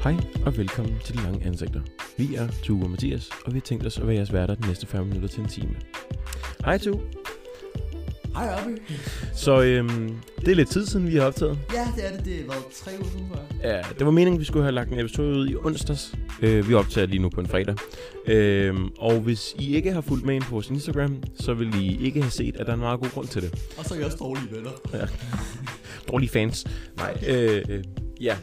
Hej og velkommen til De Lange Ansigter. Vi er Tue og Mathias, og vi har tænkt os at være jeres værter de næste 40 minutter til en time. Hej Tue. Hej Abby. Så det er lidt tid siden, vi har optaget. Ja, det er det. Det har været 3 uger siden, tror jeg. Ja, det var meningen, vi skulle have lagt en episode ud i onsdags. Vi optager lige nu på en fredag. Og hvis I ikke har fulgt med ind på vores Instagram, så vil I ikke have set, at der er en meget god grund til det. Og så er vi også dårlige venner. Ja. Dårlige fans. Nej, ja.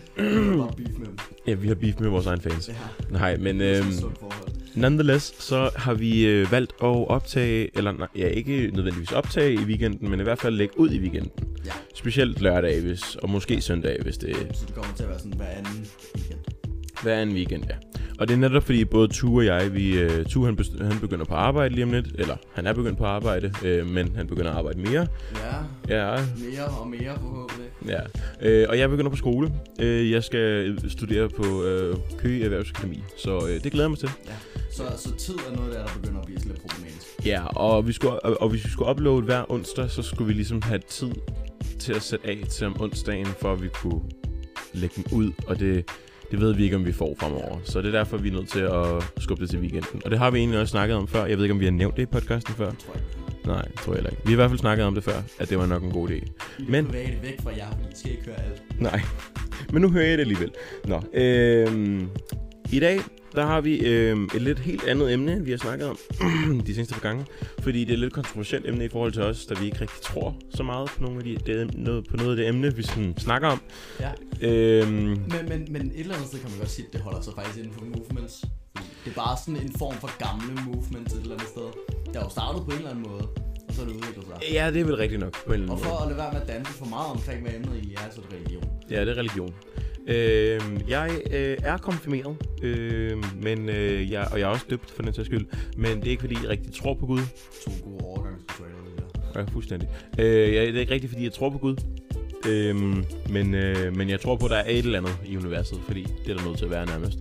Ja, vi har beef med vores egen fans. Ja. Nej, men nonetheless, så har vi valgt at optage, eller nej, ja, ikke nødvendigvis optage i weekenden, men i hvert fald lægge ud i weekenden. Ja. Specielt lørdag, hvis, og måske søndag, hvis det... Så det kommer til at være sådan hver anden weekend. Hver anden weekend, ja. Og det er netop fordi både Tue og jeg, Tue han begynder på arbejde lige om lidt, eller han er begyndt på arbejde, men han begynder at arbejde mere. Ja, mere og mere forhåbentlig. Ja, og jeg begynder på skole. Jeg skal studere på Køge Erhvervsakademi, så det glæder jeg mig til. Ja. Så tid er noget der begynder at blive lidt problematisk. Ja, og hvis vi skulle uploade hver onsdag, så skulle vi ligesom have tid til at sætte af til om onsdagen, for at vi kunne lægge den ud, og det ved vi ikke, om vi får fremover. Så det er derfor, vi er nødt til at skubbe det til weekenden. Og det har vi egentlig også snakket om før. Jeg ved ikke, om vi har nævnt det i podcasten før. Nej, tror jeg heller ikke. Vi har i hvert fald snakket om det før, at det var nok en god idé. Men private væk fra jer, fordi I skal ikke høre alt. Nej, men nu hører jeg det alligevel. Nå, i dag, der har vi et lidt helt andet emne, end vi har snakket om de seneste par gange. Fordi det er et lidt kontroversielt emne i forhold til os, da vi ikke rigtig tror så meget på, noget af det emne, vi sådan snakker om. Ja. Men et eller andet sted kan man godt sige, at det holder sig faktisk inden for movements. Det er bare sådan en form for gamle movements et eller andet sted. Det er jo startet på en eller anden måde, og så er det udviklet sig. Ja, det er vel rigtigt nok på en eller anden måde. Og for at lade være med at danse for meget omkring, hvad emnet i er, så er det religion. Ja, det er religion. Jeg er konfirmeret, men jeg er også døbt for den sags skyld. Men det er ikke fordi jeg rigtig tror på Gud. 2 gode overgangsritualer, det der. Ja, fuldstændig. Det er ikke rigtig fordi jeg tror på Gud. Men jeg tror på, at der er et eller andet i universet, fordi det er der nødt til at være nærmest.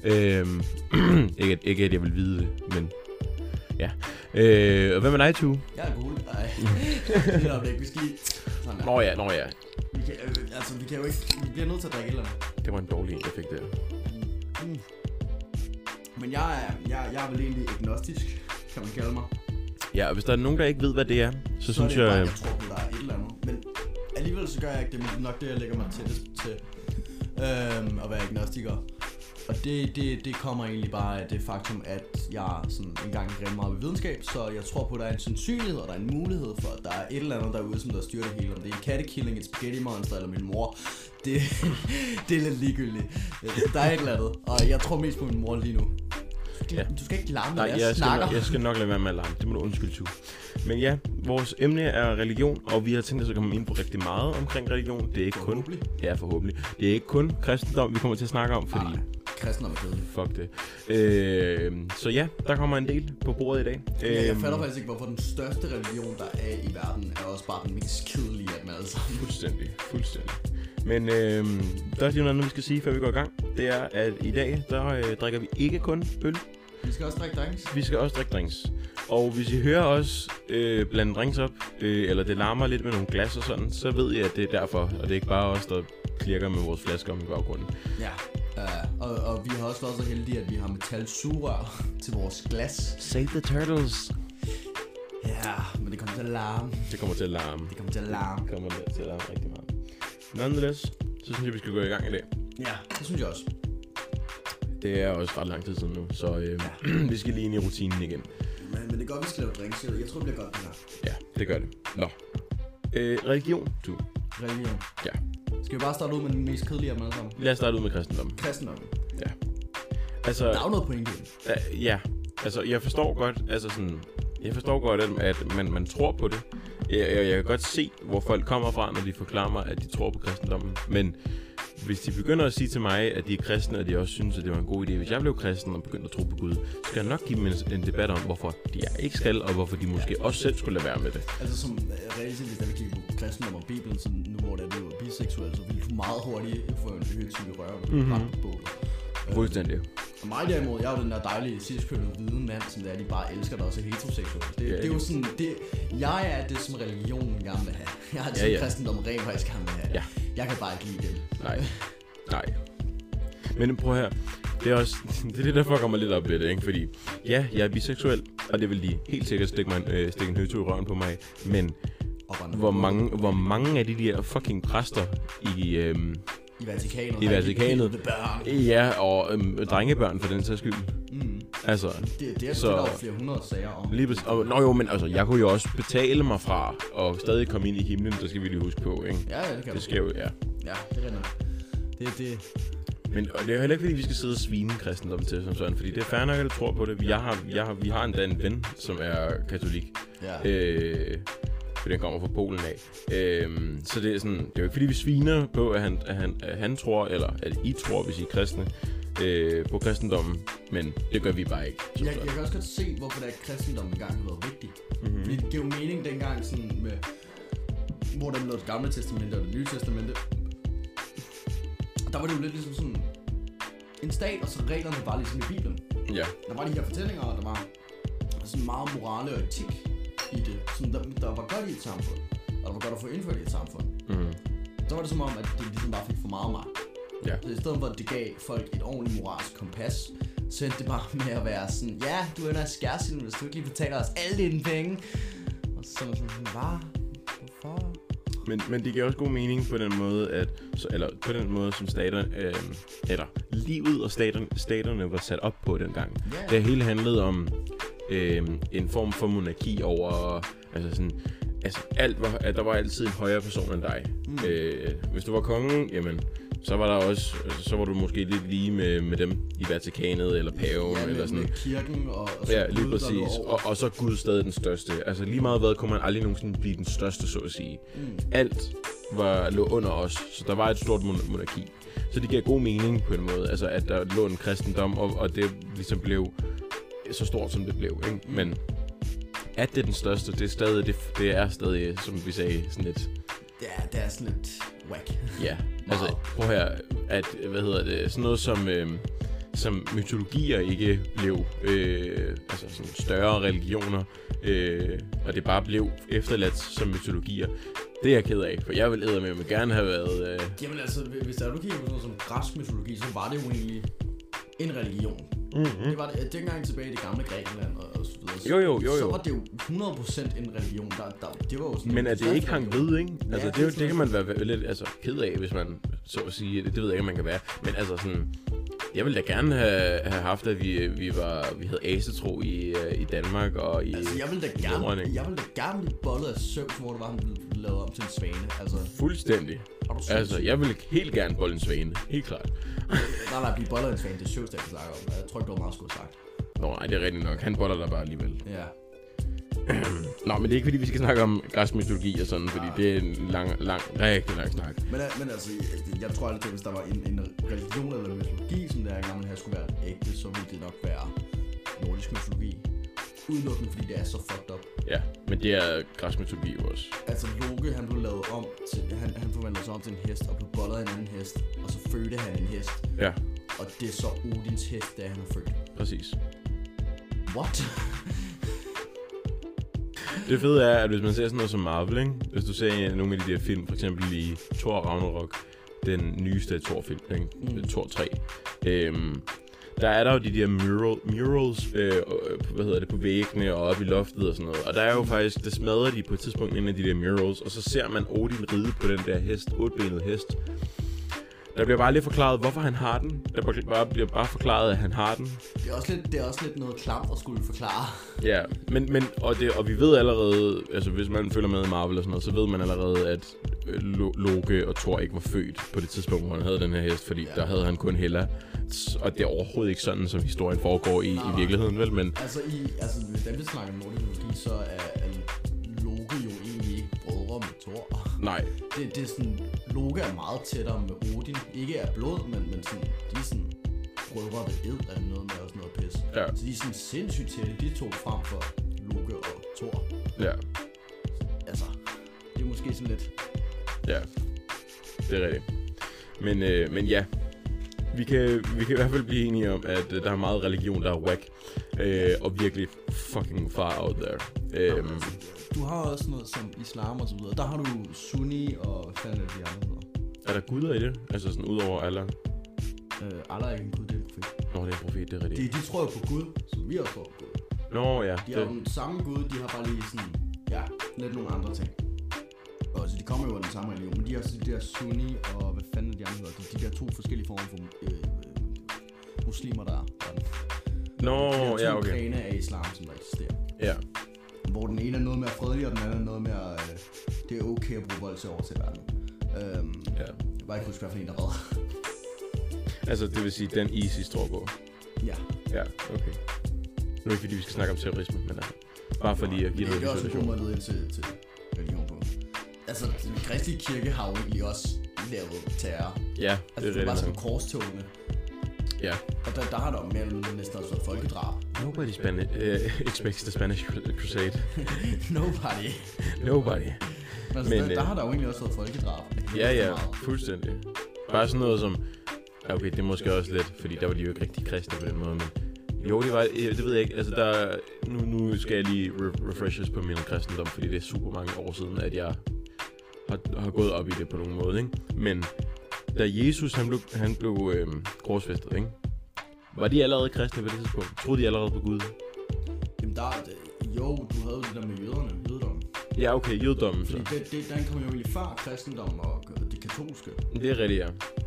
Ikke at jeg vil vide det, men ja. Og hvad med dig, Tue? Jeg er alkohol. Nej, det er ikke, vi skal Nå ja. Vi kan jo ikke, vi bliver nødt til at drikke et eller andet. Det var en dårlig en, jeg fik der. Men jeg er vel egentlig agnostisk, kan man kalde mig. Ja, og hvis der er nogen, der ikke ved, hvad det er, så synes jeg... Jeg tror på, der er et eller andet. Men alligevel så gør jeg ikke det, men nok det, jeg lægger mig tættest til at være agnostiker. Og det kommer egentlig bare af det faktum, at jeg sådan engang rigtig meget ved videnskab, så jeg tror på, at der er en sandsynlighed, og der er en mulighed for, at der er et eller andet derude, som der styrer det hele. Om det er en kattekilling, et spaghetti monster eller min mor, det er lidt ligegyldigt. Der er et eller andet, og jeg tror mest på min mor lige nu. Du skal ikke larme, når jeg snakker. Jeg skal nok lade være med at larme, det må du undskylde, Tue. Men ja, vores emne er religion, og vi har tænkt os at komme ind på rigtig meget omkring religion. Det er ikke kun... Ja, forhåbentlig. Det er ikke kun kristendom, vi kommer til at snakke om, fordi... Kristendom er kedeligt. Fuck det. Så ja, der kommer en del på bordet i dag. Jeg fatter faktisk ikke, hvorfor den største religion, der er i verden, er også bare den mest kedelige af dem alle sammen. Fuldstændig. Men der er lige noget andet, vi skal sige, før vi går i gang. Det er, at i dag, der drikker vi ikke kun øl. Vi skal også drikke drinks. Og hvis I hører os blande drinks op, eller det larmer lidt med nogle glas og sådan, så ved I, at det er derfor. Og det er ikke bare os, der klirker med vores flasker om i baggrunden. Ja, og vi har også været så heldige, at vi har metalsugerør til vores glas. Save the turtles. Ja, men det kommer til at larme. Det kommer til at larme rigtig meget. Nonetheless, så synes jeg, vi skal gå i gang i dag. Ja, det synes jeg også. Det er også ret lang tid siden nu, så vi skal lige ind i rutinen igen. Men det er godt, vi skal lave drinks. Jeg tror, det bliver godt, det her. Ja, det gør det. Nå. Religion, du. Religion. Ja. Skal vi bare starte ud med den mest kedelige af dem alle sammen? Lad os starte ud med kristendommen. Kristendommen. Ja. Altså, der er jo noget point i det. Ja. Altså, jeg forstår godt, at man tror på det. Jeg kan godt se, hvor folk kommer fra, når de forklarer mig, at de tror på kristendommen. Men hvis de begynder at sige til mig, at de er kristne, og de også synes, at det var en god idé, hvis jeg blev kristen og begyndte at tro på Gud, så skal jeg nok give dem en debat om, hvorfor de ikke skal, og hvorfor de måske også selv skulle lade være med det. Altså som reelt set, hvis vi kigger på kristendom og Bibelen, så nu hvor det er biseksuelt, så vil du meget hurtigt få en højtype røre på bålet. Fuldstændig. Og mig derimod, jeg er jo den der dejlige cis-kønnede hvide mand, som de bare elsker, der også er heteroseksuel. Det er jo sådan, jeg er det, som religionen gerne vil have. Jeg har det, som kristendom rent faktisk gerne vil have. Ja. Jeg kan bare ikke lide det. Nej. Men prøv her. Det er også det, der fucker mig lidt op ved det, ikke? Fordi ja, jeg er biseksuel, og det vil de helt sikkert stikke en højtø i røven på mig. Men hvor mange af de der fucking præster i Vatikanet. Ja, og drengebørn for den sags skyld. Altså, det er der flere hundrede sager om. Men altså, jeg kunne jo også betale mig fra og stadig komme ind i himlen, så skal vi lige huske på, ikke? Ja, det kan det skal jo, ja, det er det. Men og det er heller ikke, fordi vi skal sidde og svine kristendom til som sådan, fordi det er fair nok, at du tror på det. Vi har endda en ven, som er katolik. Ja. For den kommer fra Polen af. Så det er sådan, det er jo ikke fordi vi sviner på, at han tror, eller at I tror, hvis I er kristne, på kristendommen, men det gør vi bare ikke. Jeg kan også godt se, hvorfor der kristendommen engang har været vigtig. Fordi det giver jo mening dengang sådan med, hvor der blev det gamle testamente og det nye testamente. Der var det jo lidt ligesom sådan en stat, og så reglerne var ligesom i Bibelen. Ja. Der var de her fortællinger, og der var sådan meget morale og etik i det. Sådan, der var godt i et samfund, og der var godt at få indført i et samfund. Så var det som om, at det ligesom bare fik for meget magt. Ja. Så i stedet for, at det gav folk et ordentligt moralsk kompas, så endte det bare med at være sådan, ja, du ender i skærsilden, hvis du ikke lige betaler os alle dine penge. Og så sådan, hvorfor? Men det giver også god mening på den måde, som staterne, eller livet og staterne var sat op på dengang. Yeah. Det hele handlede om en form for monarki over, der var altid en højere person end dig. Hvis du var kongen, jamen, så var du måske lidt lige med dem i Vatikanet eller paven eller sådan. Med kirken og ja, lige præcis. Og så Gud stadig den største. Altså lige meget hvad kunne man aldrig nogensinde blive den største, så at sige. Alt lå under os, så der var et stort monarki. Så det giver god mening på en måde, altså at der lå en kristendom, og det ligesom blev så stort som det blev, ikke? Men at det er den største, det er stadig, som vi sagde, sådan lidt. Ja, det er sådan lidt whack. Ja, altså prøv her, at sådan noget som mytologier ikke blev sådan større religioner, og det bare blev efterladt som mytologier. Det er jeg ked af, for jeg vil eddermame gerne have været. Jamen altså, hvis du kigger på sådan noget som græsk mytologi, så var det jo egentlig en religion. Det var det dengang tilbage i det gamle Grækenland og så videre. Jo. Så var det jo 100% en religion. Det var jo sådan. Men at det ikke hang ved, ikke? Altså ja, det kan man være lidt ked af, hvis man så at sige. Det ved jeg ikke, om man kan være. Men altså sådan, jeg ville da gerne have haft, at vi havde asetro i Danmark og i. Altså jeg ville da gerne blive bollet af søvn, hvor det var, han blev lavet om til en svane. Altså fuldstændig. Altså jeg ville helt gerne bolle en svane, helt klart. Nej, blive bollet af en svane, det er sjovt, jeg snakker om. Jeg tror ikke, det var meget skulle sagt. Nå, nej, det er rigtigt nok. Han boller der bare alligevel. Ja. Nå, men det er ikke fordi, vi skal snakke om græsk mytologi og sådan, fordi det er en rigtig lang snak. Men altså, jeg tror altid, hvis der var en religion eller mytologi, som der engang her skulle være ægte, så ville det nok være nordisk mytologi. Udelukkende, fordi det er så fucked up. Ja, men det er græsk mytologi også. Altså, Loke, han blev lavet om til, han forvandlede sig om til en hest, og blev bollet af en anden hest, og så fødte han en hest. Ja. Og det er så Odins hest, da han har født. Præcis. What? Det fede er, at hvis man ser sådan noget som Marvel, ikke? Hvis du ser nogle af de der film, for eksempel i Thor Ragnarok, den nyeste Thor-film, ikke? Thor 3, der er der jo de der murals, på væggene og oppe i loftet og sådan noget. Og der er jo faktisk, det smadrer de på et tidspunkt en af de der murals, og så ser man Odin ride på den der hest, 8-benede hest. Der bliver bare lidt forklaret, hvorfor han har den. Der bliver bare forklaret, at han har den. Det er også lidt noget klamt at skulle forklare. Ja, og vi ved allerede, altså hvis man følger med i Marvel og sådan noget, så ved man allerede, at Loke og Thor ikke var født på det tidspunkt, hvor han havde den her hest, fordi der havde han kun Hela. Og det er overhovedet ikke sådan, som historien foregår i virkeligheden, vel? Men altså, hvis vi snakker om nordisk mytologi, så er Loke jo egentlig ikke brødre med Thor. Nej. Det er sådan, Loke er meget tættere med Odin. Ikke af blod, men sådan, de er sådan brødre ved ed, eller noget med også noget pis. Ja. Så de er sådan sindssygt tætte, de to frem for Loke og Thor. Ja. Altså, det er måske sådan lidt. Ja, det er rigtigt. Men ja, vi kan i hvert fald blive enige om, at der er meget religion, der er whack. Og virkelig fucking far out there. Du har også noget som islam og så videre. Der har du Sunni og hvad fanden er de andre hedder? Er der guder i det? Altså sådan udover Allah? Allah er ikke en gud, det er en profet. Nå, det er en profet, det er rigtigt. De tror jo på Gud, som vi også tror på Gud. Nå, ja. De har jo den samme Gud, de har bare lige sådan, lidt nogle andre ting. Og så de kommer jo af den samme religion, men de har så de der Sunni og hvad fanden er de andre hedder, de der to forskellige former for muslimer, der er. Nå, de ja, okay. grene af islam, som der eksisterer. Ja. Hvor den ene er noget mere fredelig, og den anden er noget mere, det er okay at bruge vold til over til verden. Jeg bare ikke huske, hvad for en der redder. Altså, det vil sige, den ISIS tror på. Ja. Ja, okay. Nu er ikke fordi, vi skal snakke om terrorisme, men bare for lige at give noget visualisation. Det er også en god måde til religion på. Altså, den kristelige kirke har jo egentlig også lavet terror. Ja, altså, det er bare sådan korstogene. Ja. Og der har der mellem næsten også været folkedrab. Nobody expects the Spanish Crusade. Nobody. Men der har der jo egentlig også været folkedrab. Ja, fuldstændig. Bare sådan noget som... Okay, det er måske også lidt, fordi der var de jo ikke rigtig kristne på den måde, men... Jo, det var... Det ved jeg ikke. Altså, der... Nu skal jeg lige refreshes på min kristendom, fordi det er super mange år siden, at jeg har gået op i det på nogen måde, ikke? Men da Jesus, han blev korsfæstet, ikke? Var de allerede kristne på det tidspunkt? Troede de allerede på Gud? Jamen du havde det der med jødommen. Ja, okay, jødommen så. Fordi den kom jo egentlig før kristendom og det katolske. Det er rigtigt, ja.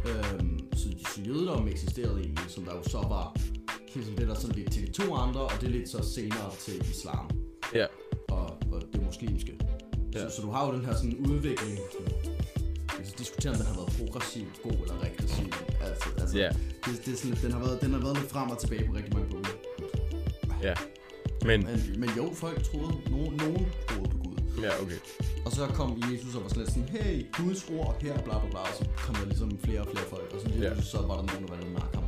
Så jødommen eksisterede egentlig, som der jo så var det der sådan lidt til de to andre, og det lidt så senere til islam. Ja. Og det muslimske. Ja. Så du har jo den her sådan udvikling. Altså diskutere om den har været progressivt, god eller regressiv. Altså ja. Det er sådan lidt, den har været lidt frem og tilbage på rigtig mange punkter. Ja. Men jo, folk troede, nogen troede på Gud. Ja, okay. Og så kom Jesus og var sådan, hey, Guds ord her, bla bla bla, og så kom der ligesom flere og flere folk, og så var der nogen, der var lidt nark ham.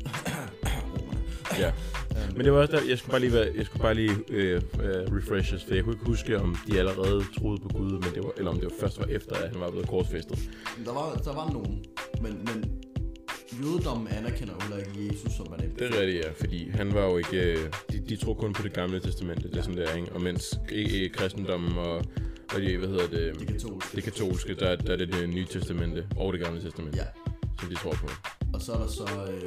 Ja. Men det var også der, jeg skulle bare lige refreshes, for jeg kunne ikke huske, om de allerede troede på Gud, men det var, eller om det var først var efter, at han var blevet korsfæstet. Der var nogen, men jødedommen anerkender jo heller ikke Jesus som man er. Det er rigtigt, ja, fordi han var jo ikke, de tror kun på det gamle testamente, det er sådan der, ikke? Og mens kristendommen og de, det katolske, der er det nye testamente og det gamle testamente, som de tror på. Og så er der så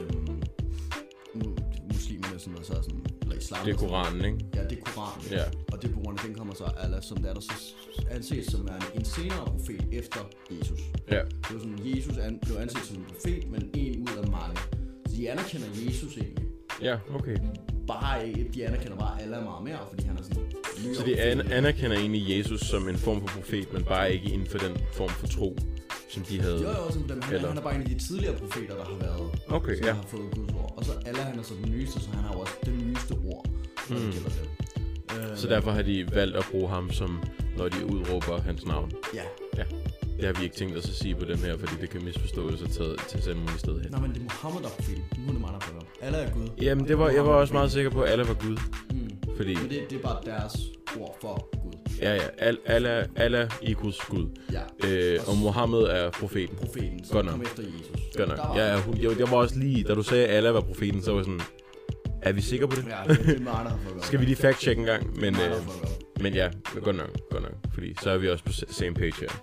muslimerne, som der så er sådan, eller islam. Det er Koranen, ikke? Ja, det er Koranen. Ja. Og det på grund af, den kommer så Allah, som der så anses som er en senere profet efter Jesus. Ja. Det var sådan, Jesus blev anset som en profet, men en ud af mange. Så de anerkender Jesus egentlig. Ja, okay. De anerkender bare Allah meget mere, fordi han er sådan... Så de anerkender egentlig Jesus som en form for profet, men bare ikke inden for den form for tro, som de havde... Jo, som dem. Han er bare en af de tidligere profeter, der har været, som har fået Guds ord. Og så Allah, han er så den nyeste, så han har også det nyeste ord, når det gælder det. Så derfor har de valgt at bruge ham, som når de udråber hans navn? Ja. Det har vi ikke tænkt os at sige på den her, fordi det kan misforstås og tage til sådan nogle steder hen. Nej, men det er Muhammed, der er profeten. Nu er det mig, der er profeten. Allah er Gud. Jamen, jeg var også meget sikker på, at Allah var Gud. Fordi... Men det er bare deres ord for Gud. Ja. Allah equals Gud. Ja. Og Muhammed er profeten. Profeten, som kom efter Jesus. Godt nok. Jeg var også lige, da du sagde, at Allah var profeten, så var jeg sådan... Er vi sikre på det? Ja, det er meget, der fucker. Skal vi lige fact-check en gang? Men ja, godt nok. Fordi så er vi også på same page her.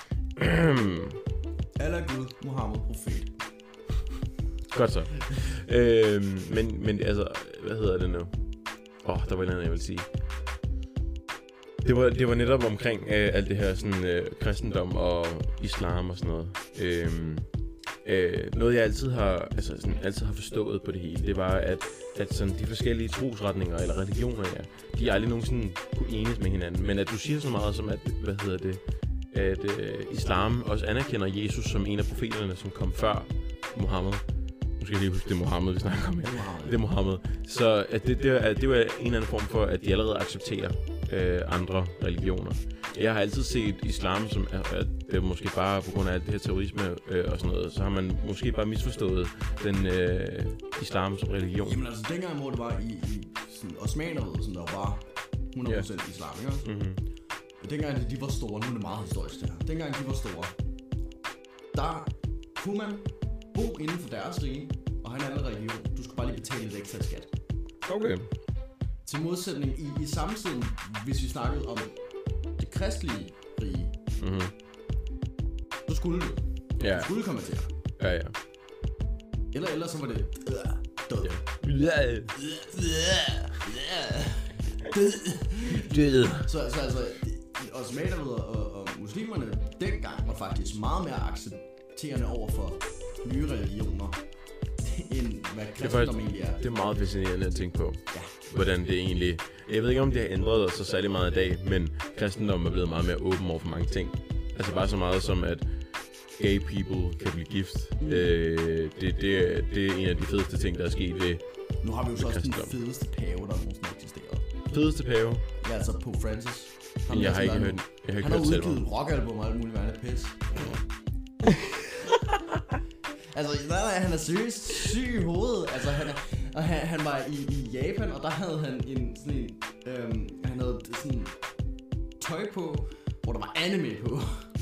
Allah Gud, Muhammed, profet. Godt så. Men altså, hvad hedder det nu? Der var et andet, jeg vil sige. Det var netop omkring alt det her sådan kristendom og islam og sådan noget. Noget jeg altid har forstået på det hele, det var at sådan de forskellige trosretninger eller religioner, de aldrig nogensinde kunne enes med hinanden. Men at du siger så meget som at at islam også anerkender Jesus som en af profeterne, som kom før Muhammed. Nu skal jeg lige huske, det er Muhammed, vi snakker om her. Det er Muhammed. Så at det var en eller anden form for, at de allerede accepterer andre religioner. Jeg har altid set islam som, at det måske bare på grund af alt det her terrorisme og sådan noget, så har man måske bare misforstået den islam som religion. Jamen altså, dengang hvor det var i sådan osmaneriet, som der var 100% islam, ikke? Mm-hmm. Dengang de var store, nu er det meget historisk det her. Dengang de var store, der kunne man bo inden for deres rige og have en anden religion. Du skulle bare lige betale lidt ekstra skat. Okay. Til modsætning i samtiden, hvis vi snakkede om det kristelige rige, så skulle du. Du skulle konvertere. Ja. Eller så var det død. Død. Så altså, osmanerne og muslimerne dengang var faktisk meget mere accepterende over for nye religioner, end hvad kristendom egentlig er. Det er meget fascinerende at tænke på, Ja. hvordan det egentlig... Jeg ved ikke, om det har ændret sig særlig meget i dag, men kristendommen er blevet meget mere åben over for mange ting. Altså bare så meget som, at gay people kan blive gift. Det er en af de fedeste ting, der er sket ved... Nu har vi jo så også den fedeste pave, der nogensinde eksisterer. Fedeste pave? Ja, altså Pope Francis. Jeg har ikke hørt selv. Han har udgivet rockalbum og alt muligt værende pis. Altså, han er seriøst syg i hovedet. Altså, han var i Japan, og der havde han han havde sådan tøj på, hvor der var anime på.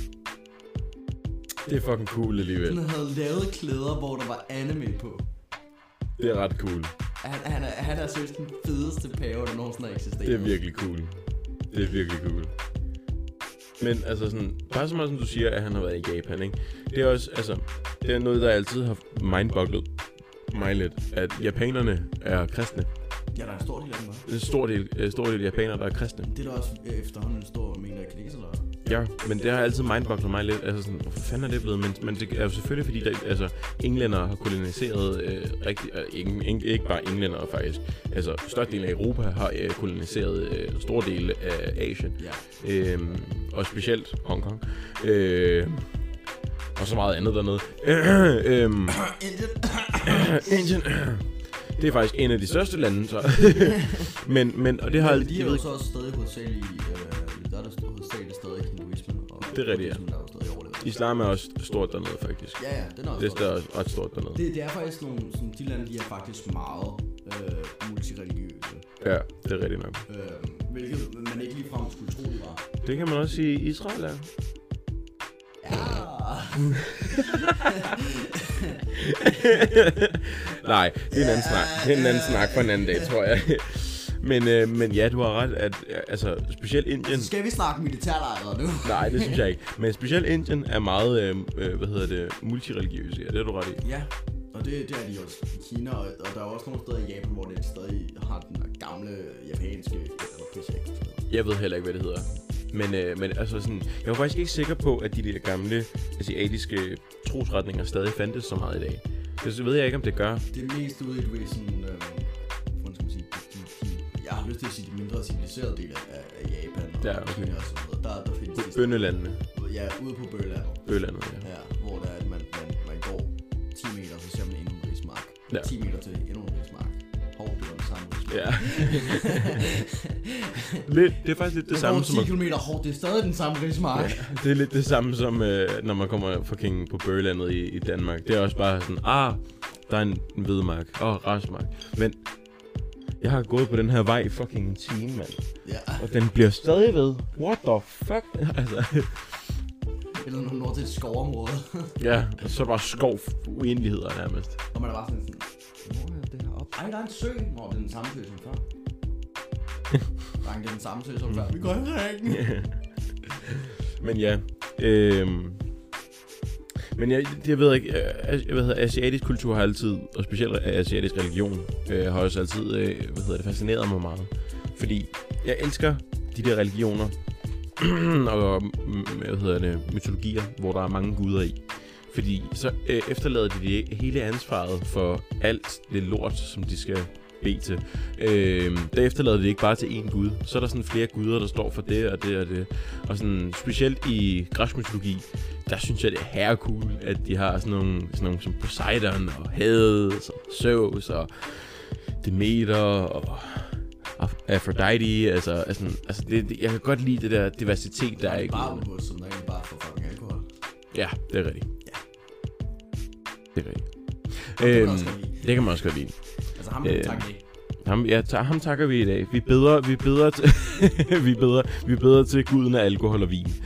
Det er fucking cool alligevel. Han havde lavet klæder, hvor der var anime på. Det er ret cool. Han er seriøst den fedeste pave, der nogensinde har eksisteret. Det er virkelig cool. Det er virkelig cool. Men altså sådan, bare så meget som du siger, at han har været i Japan, ikke? Det er også, altså, det er noget, der altid har mindbogglet mig lidt, at japanerne er kristne. Ja, der er en stor del af dem, Det er en stor del japanere, der er kristne. Det er da også efterhånden en stor mængde af kinesere, der Ja, men det har altid mindbogglet mig lidt. Altså sådan, hvorfor fanden er det blevet? Men det er jo selvfølgelig, fordi der, englænder har koloniseret ikke bare englænder faktisk. Altså, størstedelen af Europa har koloniseret store dele af Asien. Ja. Og specielt Hongkong. Og så meget andet dernede. Indien. Det er faktisk en af de største lande, så. men og det har de er jo så også stadig hovedsageligt stadig hinduismen og det er rigtigt, ja. Der Islam er også stort dernede, faktisk. Ja, den er også det er også ret stort dernede. Det er faktisk nogle, sådan, de lande, de er faktisk meget multireligiøse. Ja, det er rigtigt nok. Hvilket man ikke ligefrem skulle tro, det var. Det kan man også sige, Israel er. Ja. Nej, det er en anden snak. Det er en anden snak for en anden dag, tror jeg. Men ja, du har ret, at altså, specielt Indien... Skal vi snakke militærlejre nu? Nej, det synes jeg ikke. Men specielt Indien er meget, multireligiøse, ja, det er du ret i. Ja, og det er de også i Kina, og der er også nogle steder i Japan, hvor det stadig har den gamle japanske Jeg ved heller ikke, hvad det hedder. Men altså sådan, jeg var faktisk ikke sikker på, at de der gamle asiatiske trosretninger stadig fandtes så meget i dag. Det ved jeg ikke, om det gør. Det er mest ude i, du ved, sådan... jeg har lyst til at sige de mindre civiliserede dele af Japan og ja, okay. Kina og sådan noget. Der findes det. Bøndelandene. Ja, ude på Bølandet. Bølandet, ja. Ja, hvor der er, at man går 10 meter, så ser man endnu en rigsmark. Ja. 10 meter til endnu en rigsmark. Hov, det var den samme rigsmark. Ja. Det er faktisk lidt det samme som... 10 kilometer, hov, det er stadig den samme rigsmark. Ja, det er lidt det samme som, når man kommer fucking på Bølandet i Danmark. Det er også bare sådan, der er en hvedemark. Rasmark. Men... Jeg har gået på den her vej i fucking en time, mand. Ja. Og den bliver stadig ved. What the fuck? Altså. Eller når du når til et skovområde. Ja, og så bare skov uendeligheder nærmest. Og man er bare sådan, hvor er det her op? Ej, der er en sø. Nå, det er den samme sø som før. Dreng, det er den samme sø som før. Vi går i ringen. Men ja, men jeg ved ikke, asiatisk kultur har altid, og specielt asiatisk religion, har også altid, fascineret mig meget. Fordi jeg elsker de der religioner, og mytologier, hvor der er mange guder i. Fordi så efterlader de hele ansvaret for alt det lort, som de skal bede til. Der efterlader de ikke bare til én gud. Så er der sådan flere guder, der står for det og det og det. Og sådan, specielt i græsk mytologi, der synes jeg, det er herrecool, at de har sådan nogle som Poseidon og Hades og Zeus og Demeter og Aphrodite. Altså jeg kan godt lide det der diversitet, der er i guderne. Bare som der er bare for fucking alkohol. Ja, det er rigtigt. Ja. Det er rigtigt. Det kan man også godt lide. Altså ham takker ham takker vi i dag. Vi beder til vi beder til guden af alkohol og vin.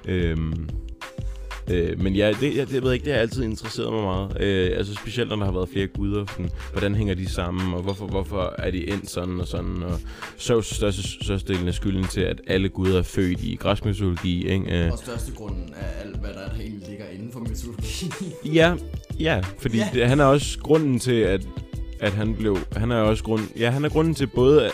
Men ja, det ved ikke, det har altid interesseret mig meget. Altså specielt når der har været flere guder, sådan, hvordan hænger de sammen, og hvorfor er de endt sådan og sådan, og så størstedelen af skylden til, at alle guder er født i græsk mytologi, ikke? Og største grunden af alt, hvad der egentlig ligger inden for mytologi. Ja, fordi han er også grunden til, at han blev... Han er også han er grunden til både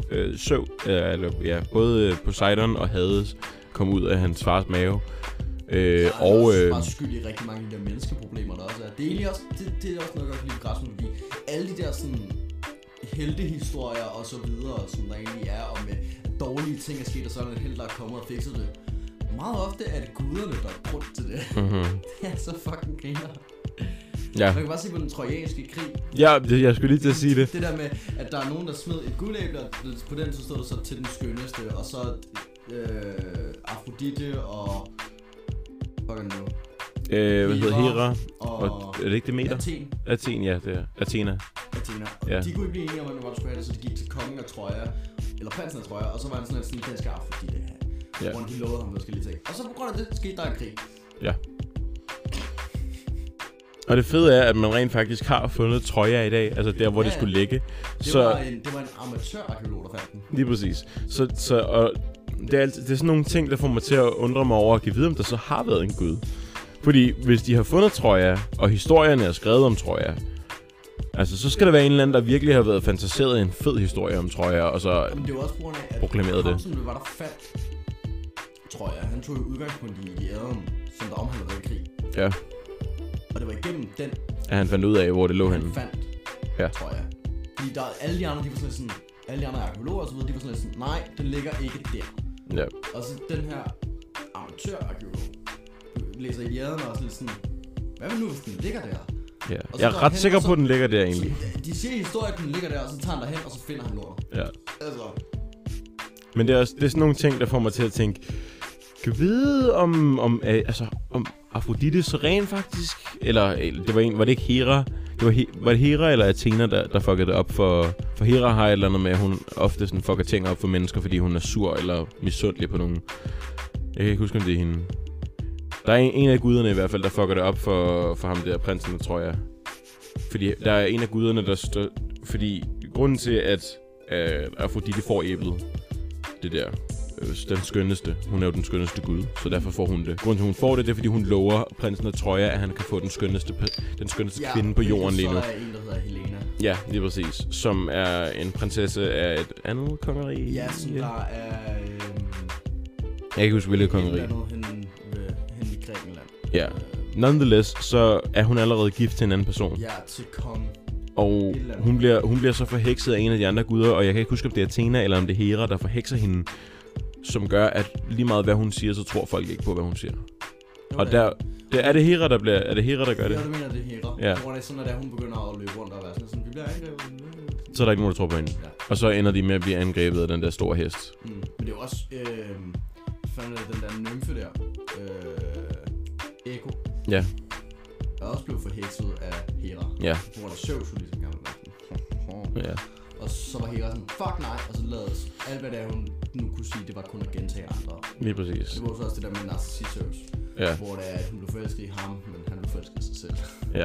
både Poseidon og Hades kom ud af hans fars mave. Han er også bare skyld i rigtig mange af de der menneskeproblemer, der også er. Det er egentlig også, det er også noget godt lide ved græsk mytologi. Alle de der sådan heltehistorier og så videre, som der egentlig er, og med dårlige ting er sket, og så er der en held, der er kommet og fikset det. Meget ofte er det guderne, der er grund til det. Det er så fucking griner. Ja. Man kan bare se på den trojanske krig. Ja, jeg skulle lige til at sige det. Det der med, at der er nogen, der smed et guldæble, og på den så stod der så til den skønneste, og så Afrodite og... Fuck nu. Hvad hedder Hera? Og er det ikke Demeter? Athen, ja, det er Athena. Ja. De kunne ikke blive enige om, hvordan de skulle have det, så de gik til kongen af Troja, eller prinsen af Troja, og så var han sådan den skal Afrodite her. Hvor de lovede ham forskellige ting. Og så på grund af det skete der en krig. Ja. Og det fede er, at man rent faktisk har fundet Troja i dag, altså der, hvor det skulle ligge. Det var en amatørarkæolog, der fandt den. Lige præcis. Og det er sådan nogle ting, der får mig til at undre mig over at give videre, om der så har været en gud. Fordi hvis de har fundet Troja, og historierne er skrevet om Troja, altså så skal der være en eller anden, der virkelig har været fantaseret i en fed historie om Troja, og så proklameret det. Som det var, der fandt Troja, han tog jo udgangspunkt i Adam, som der omhandlede den krig. Ja. Og det var igennem den, at han fandt ud af, hvor det lå henne. Han fandt Troja. Fordi der, alle de andre, de var sådan, alle de andre arkeologer og så videre, de var sådan, nej, den ligger ikke der. Ja. Og så den her amatørarkeolog læser Iliaden og også lidt sådan, hvad nu hvis den ligger der? Ja. Jeg er ret sikker på, at den ligger der egentlig. De siger i historien, at den ligger der, og så tager han derhen, og så finder han lort. Ja. Altså. Men det er sådan nogle ting, der får mig til at tænke, kan vide om Afrodite så rent faktisk, eller var det ikke Hera? Var det Hera eller Athena, der fuckede det op for Hera har et eller andet med, at hun ofte sådan fucker ting op for mennesker, fordi hun er sur eller misundelig på nogen. Jeg kan ikke huske, om det er hende. Der er en af guderne i hvert fald, der fucker det op for ham der, prinsen af Troja. Fordi der er en af guderne, fordi grunden til, at Afrodite får æblet, det der, den skønneste. Hun er jo den skønneste gud, så derfor får hun det. Grunden til, hun får det, det er, fordi hun lover prinsen af Troja, at han kan få den skønneste kvinde på jorden lige nu. Ja, så er en, der hedder Helena. Ja, lige præcis. Som er en prinsesse af et andet kongerige. Ja, som der er... Jeg kan ikke huske, hvilket kongerige. Hen i Grækenland. Ja. Nonetheless, så er hun allerede gift til en anden person. Ja, til kong. Og hun bliver så forhekset af en af de andre guder, og jeg kan ikke huske, om det er Athena eller om det er Hera, der forhekser hende, som gør, at lige meget hvad hun siger, så tror folk ikke på, hvad hun siger. Og er det Hera, der gør det? Ja, det mener, det er Hera. Ja. Hvor det er sådan, at hun begynder at løbe rundt og være sådan, vi bliver angrebet. Så er der ikke nogen, der tror på hende. Ja. Og så ender de med at blive angrebet af den der store hest. Men det er jo også, den der nymfe der, Echo. Ja. Der også blev forhekset af Hera. Ja. Hvor der Zeus jo ligesom gammel. Ja. Og så var Hera sådan, fuck nej, og så lavede alt hvad det er, hun nu kunne sige, det var kun at gentage andre. Lige præcis. Det var så også det der med Narcissus. Ja. Hvor det er, at hun blev forelsket i ham, men han blev forelsket i sig selv. Ja.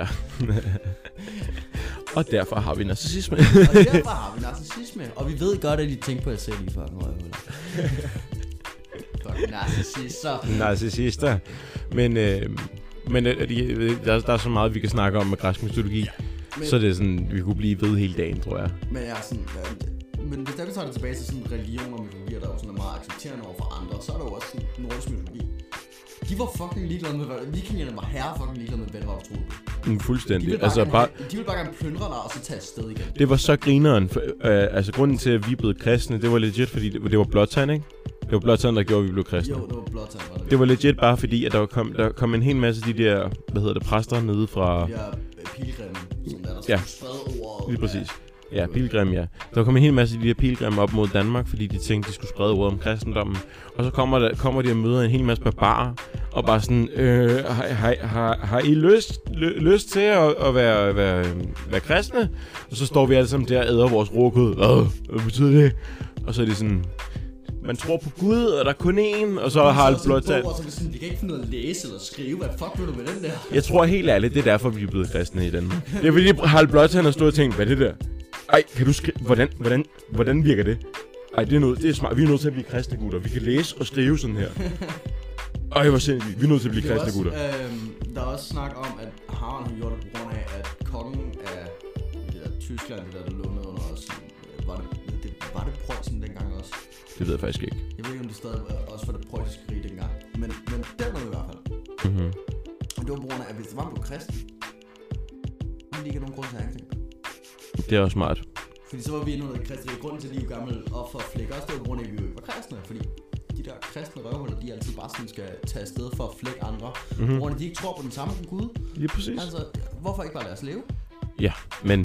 Og derfor har vi narcissisme. Og vi ved godt, at de tænker på jer selv i fucking røvhuller. Fucking narcissister. Men der er så meget, vi kan snakke om med græsk mytologi. Så det er sådan, vi kunne blive ved hele dagen, tror jeg. Men jeg er sådan... Men hvis vi tager det tilbage til sådan religion og mytologier, der er jo sådan meget accepterende over for andre, så er der jo også sådan nordisk mytologi. De var fucking ligeglade med, vikingerne var fucking ligeglade med, hvad det var, du troede på. Fuldstændig. De ville bare gerne plyndre dig, og så tage afsted igen. Det var så grineren. Altså grunden til, at vi blev kristne, det var legit, fordi det var Blåtand, ikke? Det var Blåtand, der gjorde, at vi blev kristne. Jo, det var Blåtand. Det var legit bare fordi, at der kom en hel masse af de der, præster nede fra... Ja, pilgrimme, som der skulle sprede ordet. Lige præcis. Ja, pilgrim, ja. Der kom en hel masse af de der pilgrimme op mod Danmark, fordi de tænkte, de skulle sprede ordet om kristendommen. Og så kommer de og møder en hel masse barbarer, og bare sådan, har I lyst til at være kristne? Og så står vi alle sammen der og æder vores råkød. Hvad betyder det? Og så er de sådan... Man tror på Gud, og der er kun én, og så har Harald Blåtand. De kan ikke finde noget at læse eller skrive. Hvad fuck vil du med den der? Jeg tror helt ærligt, det er derfor, vi er blevet kristne i Danmark. Det er fordi Harald Blåtand har stået og tænkt, hvad er det der? Ej, kan du skrive? Hvordan virker det? Ej, det er smart. Vi er nødt til at blive kristne gutter. Vi kan læse og skrive sådan her. Ej, hvor sindssygt. Vi er nødt til at blive kristne gutter. der er også snak om, at Harald har gjort det på grund af, at kongen af det der Tyskland, det der lå ned under os, var det Preussen dengang også? Det ved jeg faktisk ikke. Jeg ved ikke, om det stadig også var det preussiske rige dengang. Men det var det i hvert fald. Mhm. Og det var på grund af, at hvis det var, du var kristen, ville de ikke have nogen grund til at angribe. Det er også smart. Fordi så var vi endnu noget kristne. Grunden til, at de jo gamle offerflækker også, det var på grund af, at vi jo ikke var kristne. Fordi de der kristne røvhuller, de altid bare sådan skal tage afsted for at flække andre. På grund af, at de ikke tror på den samme Gud. Ja, præcis. Altså, hvorfor ikke bare lade os leve? Ja, men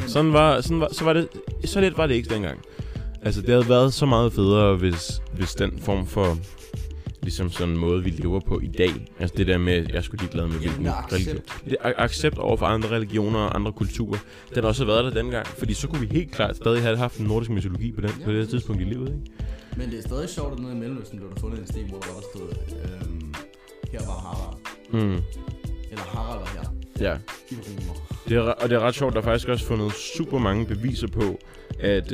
så lidt var det ikke dengang. Altså, det havde været så meget federe, hvis den form for ligesom sådan en måde, vi lever på i dag. Altså det der med, at jeg skulle ligeglade med hvilken religion. Accept over for andre religioner og andre kulturer. Den har også været der dengang. Fordi så kunne vi helt klart stadig have haft en nordisk mytologi på det tidspunkt i livet, ikke? Men det er stadig sjovt, at nede i Mellemøsten blev der fundet en sten, hvor der stod, her var Harald. Eller Harald var her. Ja. I Romer. Og det er ret sjovt, der er faktisk også fundet super mange beviser på, at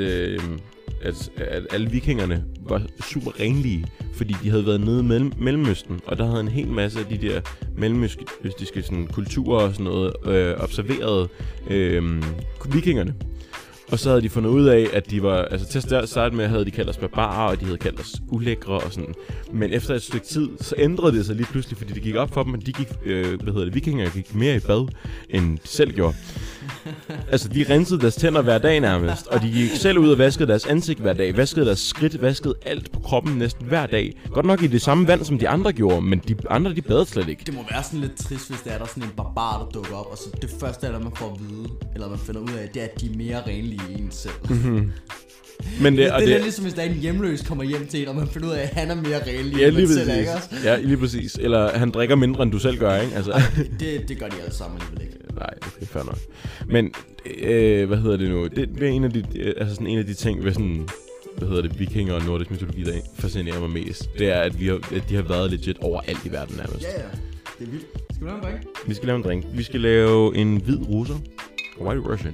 alle vikingerne var super renlige, fordi de havde været nede i Mellemøsten, og der havde en hel masse af de der mellemøstiske sådan, kulturer og sådan noget observeret vikingerne. Og så havde de fundet ud af, at de var, altså til at starte med, havde de kaldt os barbarer, og de havde kaldt os ulækre og sådan. Men efter et stykke tid, så ændrede det sig lige pludselig, fordi det gik op for dem, at de gik, vikinger gik mere i bad, end de selv gjorde. Altså, de rensede deres tænder hver dag nærmest, og de gik selv ud og vaskede deres ansigt hver dag, vaskede deres skridt, vaskede alt på kroppen næsten hver dag. Godt nok i det samme vand, som de andre gjorde, men de andre, de badede slet ikke. Det må være sådan lidt trist, hvis der er sådan en barbar, der dukker op, og så det første, der man får at vide, eller man finder ud af, det er, at de er mere renlige i en selv. Men det er ligesom, hvis der er en hjemløs kommer hjem til en, og man finder ud af, at han er mere renlig, end man selv er, ikke også? Ja, lige præcis. Eller han drikker mindre, end du selv gør, ikke? Altså. Det gør de alle sammen alligevel ikke. Nej, okay, fair nok. Men, hvad hedder det nu? Det er en af de ting ved sådan, vikinger og nordisk mytologi, der fascinerer mig mest. Det er, at de har været legit overalt i verden nærmest. Ja, det er vildt. Skal vi lave en drink? Vi skal lave en drink. Vi skal lave en hvid russer. White Russian.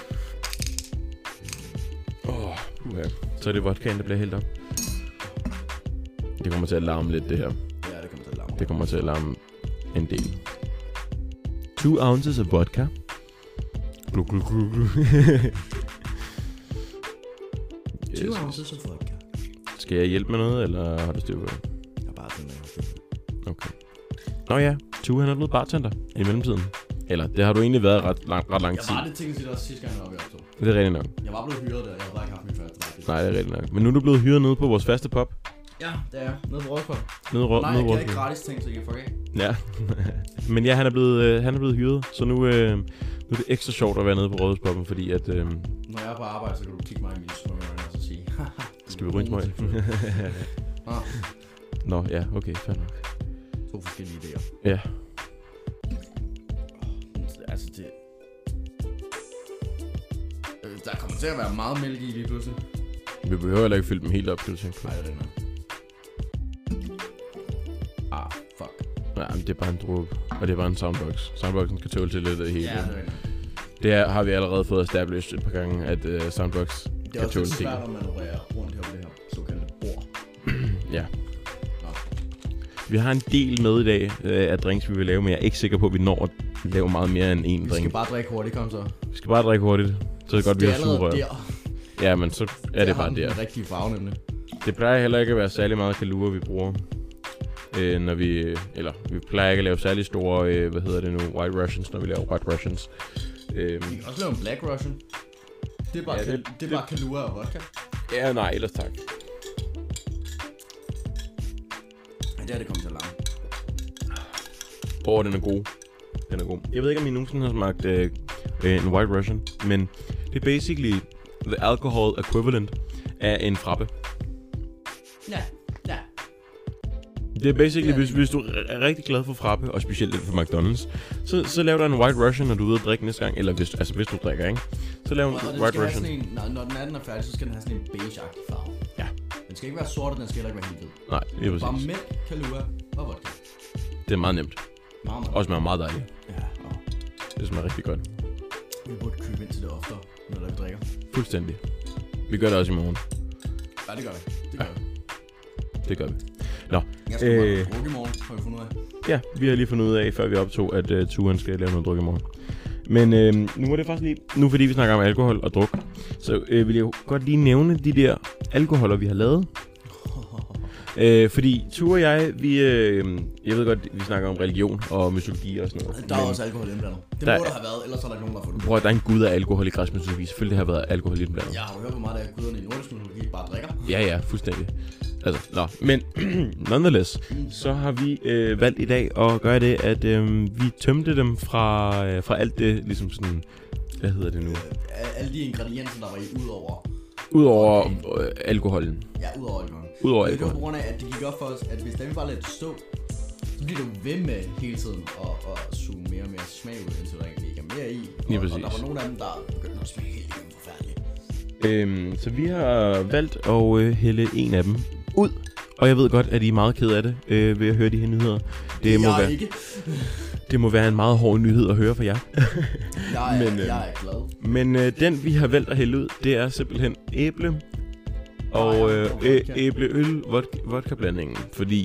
Så er det vodkaen, der bliver hældt op. Det kommer til at larme lidt, det her. Ja, det kommer til at larme. Det kommer til at larme en del. 2 ounces of vodka. Glug, glug, glug, glug. 2 ounces of vodka. Skal jeg hjælpe med noget, eller har du styr på det? Jeg har bare tænkt. Okay. Nå ja, Tue, han er blevet bartender i mellemtiden. Eller, det har du egentlig været ret lang tid. Jeg var det tænkt til også sidste gang, jeg var ved at opstå. Det er rigtigt nok. Jeg var blevet hyret der, jeg havde bare ikke haft min første. Nej, det er rigtigt nok. Men nu er du blevet hyret nede på vores faste pub. Ja, det er jeg. Nede på Rådspop. Nej, jeg kan ikke gratis ting, så jeg kan fuck af. Ja. Men ja, han er blevet hyret, så nu er det ekstra sjovt at være nede på Rådhuspubben, fordi at... Når jeg er på arbejde, så kan du kigge mig i mine små øjne og så sige... Skal vi ryge smøg? Nå, ja, okay, fair nok. 2 forskellige idéer. Ja. Altså, det... Der kommer til at være meget mælk i lige pludselig. Vi behøver heller ikke fylde dem helt op, skal du tænke på. Nej, det er det nok. Fuck. Nej, men det er bare en dråbe, og det er bare en soundbox. Soundboxen kan tåle til lidt af det hele. Ja, det er det. Det har vi allerede fået established et par gange, at soundbox kan tåle ting. Det er også lidt svært, at manøvrere rundt her på det her såkaldte bord. Ja. Vi har en del med i dag af drinks, vi vil lave, men jeg er ikke sikker på, at vi når at lave meget mere end en drink. Vi skal bare drikke hurtigt, kom så. Vi skal bare drikke hurtigt, så er det godt, vi har sugerør. Det er allerede der. Ja, men så er det bare der. Det er den rigtige farve, nemlig. Det plejer heller ikke at være særlig meget kalorier, vi bruger. Når vi plejer ikke at lave særlig store, White Russians, når vi laver White Russians. Vi kan også lave en Black Russian. Det er bare, det er bare kalorier og vodka. Ja, nej, ellers tak. Ja, det er det kommet til at larme. Den er god. Den er god. Jeg ved ikke, om I nogensinde har smagt en White Russian, men det er basically the alcohol equivalent af en frappe. Ja. Det er basically, hvis du er rigtig glad for frappe, og specielt lidt for McDonald's, så lav dig en White Russian, når du er ude at drikke næste gang. Eller hvis du drikker, ikke? Så lav en White Russian. Når den er færdig, så skal den have sådan en beige-agtig farve. Ja. Den skal ikke være sort, og den skal heller ikke være helt hvid. Nej, det er præcis. Bare mælk, kalorier og vodka. Det er meget nemt. Meget. Og smager meget dejligt. Ja, det smager rigtig godt. Vi burde købe ind til det oftere, når vi drikker. Fuldstændig. Vi gør det også i morgen. Ja, det gør vi. Det gør vi. Jeg skal bare have druk i morgen, har vi fundet ud af. Ja, vi har lige fundet ud af, før vi optog, at turen skal lave noget druk i morgen. Men nu er det faktisk lige... Nu fordi vi snakker om alkohol og druk, så vil jeg godt lige nævne de der alkoholer, vi har lavet. Fordi Tue og jeg, jeg ved godt, vi snakker om religion og mytologi og sådan noget. Der er også alkohol indblandet. Det må der have været, ellers er der ikke nogen, der har fundet. Bror, der er en gud af alkohol i græsk mytologi. Selvfølgelig har været alkohol indblandet. Jeg har jo hørt, hvor meget af guderne i nordisk mytologi bare drikker. Ja, fuldstændig. Altså, men nonetheless, så har vi valgt i dag at gøre det, at vi tømte dem fra alt det, ligesom sådan, hvad hedder det nu? Alle de ingredienser, der var i, Udover alkoholen. Ja, udover alkoholen. Udover det alkohol. var på grund af, at det gik op for os, at hvis vi bare lader det stå, så bliver du ved med hele tiden at suge mere og mere smag ud, indtil der egentlig ikke er mere i. Og der var nogle af dem, der begyndte at smage helt forfærdeligt. Så vi har valgt at hælde en af dem ud. Og jeg ved godt, at I er meget ked af det ved at høre de her nyheder. Det må være en meget hård nyhed at høre for jer. Jeg er glad. Men den vi har valgt at hælde ud, det er simpelthen æble og æbleøl vodka blandingen, fordi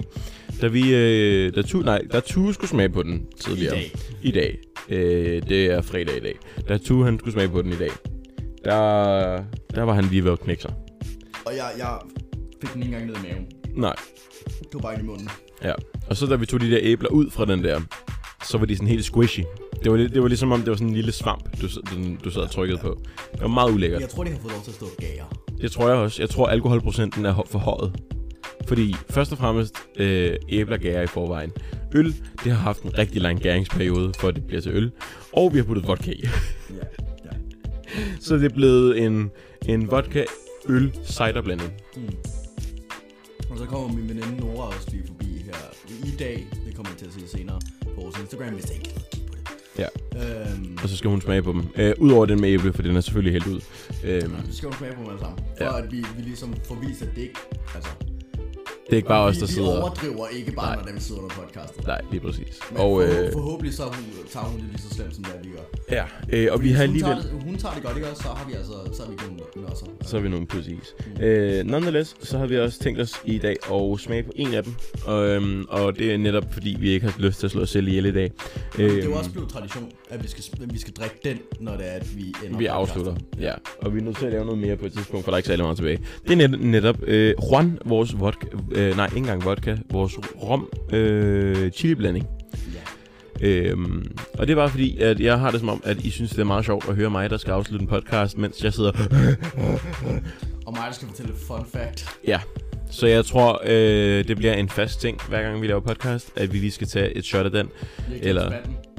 da Tue skulle smage på den tidligere i dag. Det er fredag i dag. Da Tue han skulle smage på den i dag, der var han lige ved at knække sig. Og jeg fik den ikke engang ned i maven. Nej. Det var bare ind i munden. Ja. Og så da vi tog de der æbler ud fra den der, så var de sådan helt squishy. Det var ligesom om det var sådan en lille svamp, du sad og trykkede på. Det var meget ulækkert. Jeg tror, de har fået lov til at stå og gære. Det tror jeg også. Jeg tror, alkoholprocenten er for højet. Fordi først og fremmest æbler gærer i forvejen. Øl, det har haft en rigtig lang gæringsperiode, for at det bliver til øl. Og vi har puttet vodka i. Ja. Så det er blevet en vodka-øl ciderblanding. Og så kommer min veninde Nora også lige forbi her i dag. Det kommer jeg til at se senere på vores Instagram, hvis jeg ikke kan kigge på det. Ja. Og så skal hun smage på dem. Udover den med æble, for den er selvfølgelig helt ud. Så skal hun smage på dem alle sammen. For at vi ligesom får vist, at det ikke... Altså, det er ikke bare os, der sidder... Vi overdriver ikke bare, når dem sidder under podcastet. Nej, lige præcis. Men forhåbentlig så tager hun det lige så slemt, som det er, vi gør. Ja, og vi har alligevel... Hun tager det godt, ikke også? Så har vi altså... Så har vi nogle også. Så har vi nogle, præcis. Nonetheless, så har vi også tænkt os i dag at smage på en af dem. Og det er netop, fordi vi ikke har lyst til at slå os selv ihjel i dag. Det er jo også blevet tradition, at vi skal drikke den, når det er, at vi ender. Vi afslutter, ja. Og vi er nødt til at lave noget mere på et tidspunkt, for der er ikke særlig meget tilbage. Det er netop Juan, vores vodka... nej, ikke engang vodka. Vores rom chili-blanding. Ja. Og det er bare fordi, at jeg har det som om, at I synes, det er meget sjovt at høre mig, der skal afslutte en podcast, mens jeg sidder... Og mig, der skal fortælle et fun fact. Ja. Så jeg tror, det bliver en fast ting, hver gang vi laver podcast, at vi lige skal tage et shot af den. Eller...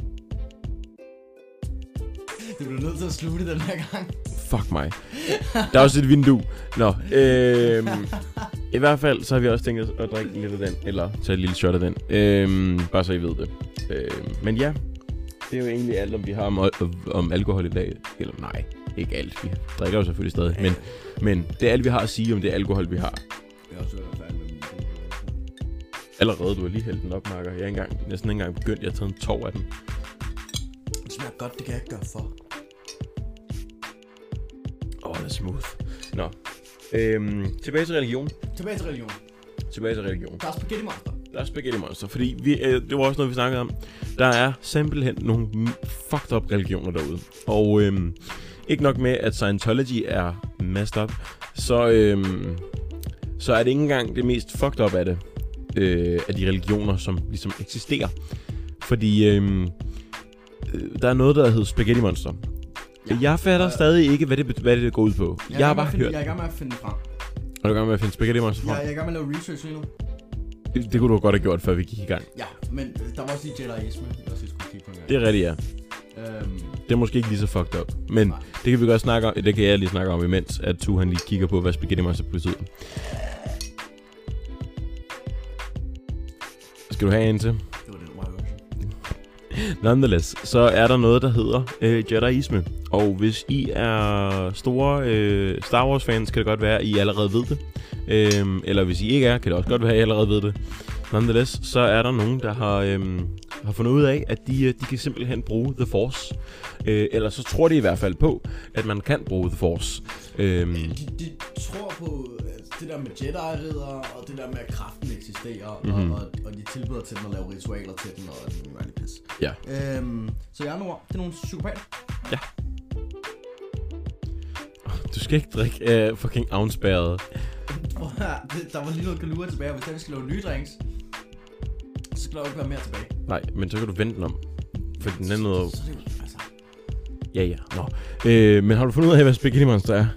Du bliver nødt til at slutte den her gang. Fuck mig. Der er også et vindue. Nå, i hvert fald, så har vi også tænkt os at drikke lidt af den, eller tage et lille shot af den. Bare så I ved det. Men ja, det er jo egentlig alt, om vi har om alkohol i dag. Eller nej, ikke alt. Vi drikker jo selvfølgelig stadig. Men det er alt, vi har at sige om det alkohol, vi har. Jeg har også været færdig med min... Allerede, du har lige hældt den op, Marker. Jeg er næsten ikke engang begyndt. Jeg har taget en tår af den. Det smager godt, det kan jeg ikke gøre for. Det er smooth. Nå. Tilbage til religion. Der er Spaghetti monster. Fordi det var også noget, vi snakkede om. Der er simpelthen nogle fucked up religioner derude. Og ikke nok med, at Scientology er messed up, så er det ikke engang det mest fucked up af det. Af de religioner, som ligesom eksisterer. Fordi der er noget, der hedder spaghetti monster. Ja, jeg fatter stadig ikke, hvad det går ud på. Jeg har bare hørt. Jeg er i gang med at finde det frem. Er du i gang med at finde spaghetti monster frem? Jeg er i gang med at lave research lige nu. Det kunne du godt have gjort, før vi gik i gang. Ja, men der var også lige Jediisme, jeg også skulle kigge på en gang. Det er rigtigt, ja. Det er måske ikke lige så fucked up. Men det kan vi godt snakke om. Det kan jeg lige snakke om imens, at Tue han lige kigger på, hvad spaghetti monster betyder. Skal du have en til? Det var den version. Nonetheless, så er der noget, der hedder Jediisme. Og hvis I er store Star Wars fans, kan det godt være, at I allerede ved det. Eller hvis I ikke er, kan det også godt være, at I allerede ved det. Nonetheless, så er der nogen, der har fundet ud af, at de kan simpelthen bruge The Force. Eller så tror de i hvert fald på, at man kan bruge The Force. De tror på... det der med Jedi-ridder, og det der med, at kraften eksisterer, og de tilbyder til den at lave ritualer til den, og det er rigtig pis. Ja. Så i andre ord, det er nogle psykopater. Ja. Du skal ikke drikke fucking afspærret. Der var lige noget galure tilbage, og hvis vi skal lave nye drinks, så skal der jo ikke være mere tilbage. Nej, men så kan du vente den om. For den anden noget... Så det er jo, altså... Ja. Nå. Men har du fundet ud af, hvad Spaghetti Monster er?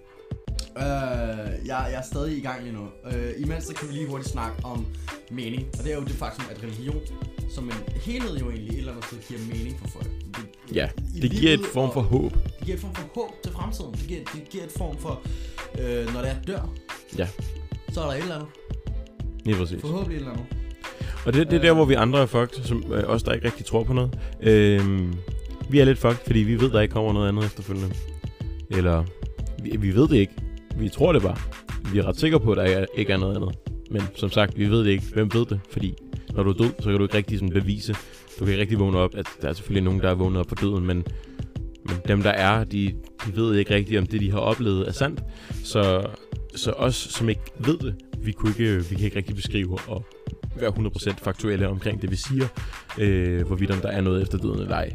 Jeg er stadig i gang lige nu. Imens så kan vi lige hurtigt snakke om mening. Og det er jo det faktum, at religion som en helhed jo egentlig et eller andet sted giver mening for folk. Det giver et form for håb. Det giver et form for håb til fremtiden. Det giver et form for, når det er dør, så er der et eller andet. Lige præcis. Forhåbentlig et eller andet. Og det er der, hvor vi andre er fucked, som os, der ikke rigtig tror på noget. Vi er lidt fucked, fordi vi ved, der ikke kommer noget andet efterfølgende. Eller, vi ved det ikke. Vi tror det bare. Vi er ret sikre på, at der ikke er noget andet. Men som sagt, vi ved det ikke. Hvem ved det? Fordi når du er død, så kan du ikke rigtig sådan bevise. Du kan ikke rigtig vågne op. At der er selvfølgelig nogen, der er vågnet op på døden, men dem, der er, de ved ikke rigtigt, om det, de har oplevet, er sandt. Så os, som ikke ved det, vi kan ikke rigtig beskrive og være 100% faktuelle omkring det, vi siger. Hvorvidt om der er noget efter døden eller ej.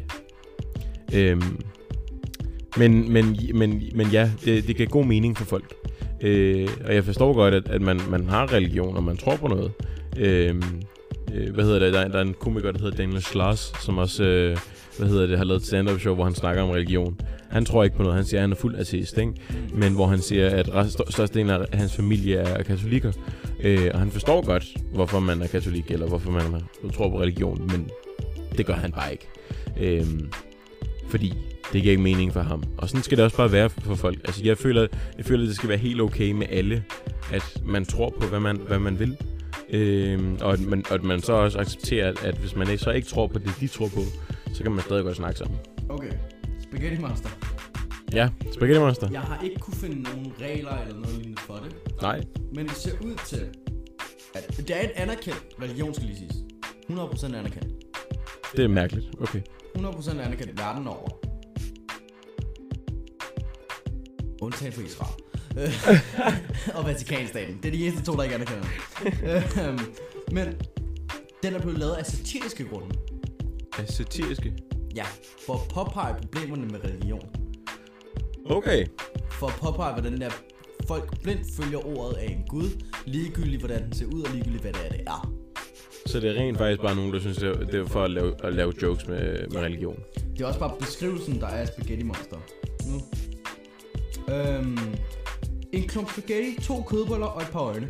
Men ja, det giver god mening for folk. Og jeg forstår godt, at man har religion, og man tror på noget. Der er en komiker, der hedder Daniel Sloss, som også har lavet et stand-up show, hvor han snakker om religion. Han tror ikke på noget. Han siger, at han er fuld ateist, ikke? Men hvor han siger, at størstedelen af hans familie er katolikker. Og han forstår godt, hvorfor man er katolik, eller hvorfor man tror på religion, men det gør han bare ikke. Fordi det giver ikke mening for ham. Og sådan skal det også bare være for folk. Altså, jeg føler, at det skal være helt okay med alle, at man tror på, hvad man vil. Og at man så også accepterer, at hvis man så ikke tror på det, de tror på, så kan man stadig godt snakke sammen. Okay. Spaghetti Monster. Ja, Spaghetti Monster. Jeg har ikke kunne finde nogen regler eller noget lignende for det. Nej. Men det ser ud til, at det er et anerkendt religion, skal lige siges. 100% anerkendt. Det er mærkeligt. Okay. 100% anerkendt verden over. Undtagen for Israel. Og Vatikanstaten. Det er de eneste to, der ikke anerkender det. Men den er blevet lavet af satiriske grunde. Af satiriske? Ja, for at påpege problemerne med religion. Okay. For at påpege, hvordan der folk blindt følger ordet af en gud, ligegyldigt hvordan den ser ud, og ligegyldigt hvad det er. Så det er rent faktisk bare nogen, der synes, det er for at lave jokes med religion. Det er også bare beskrivelsen, der er Spaghetti Monster. Nu. En klump spaghetti, 2 kødboller og et par øjne.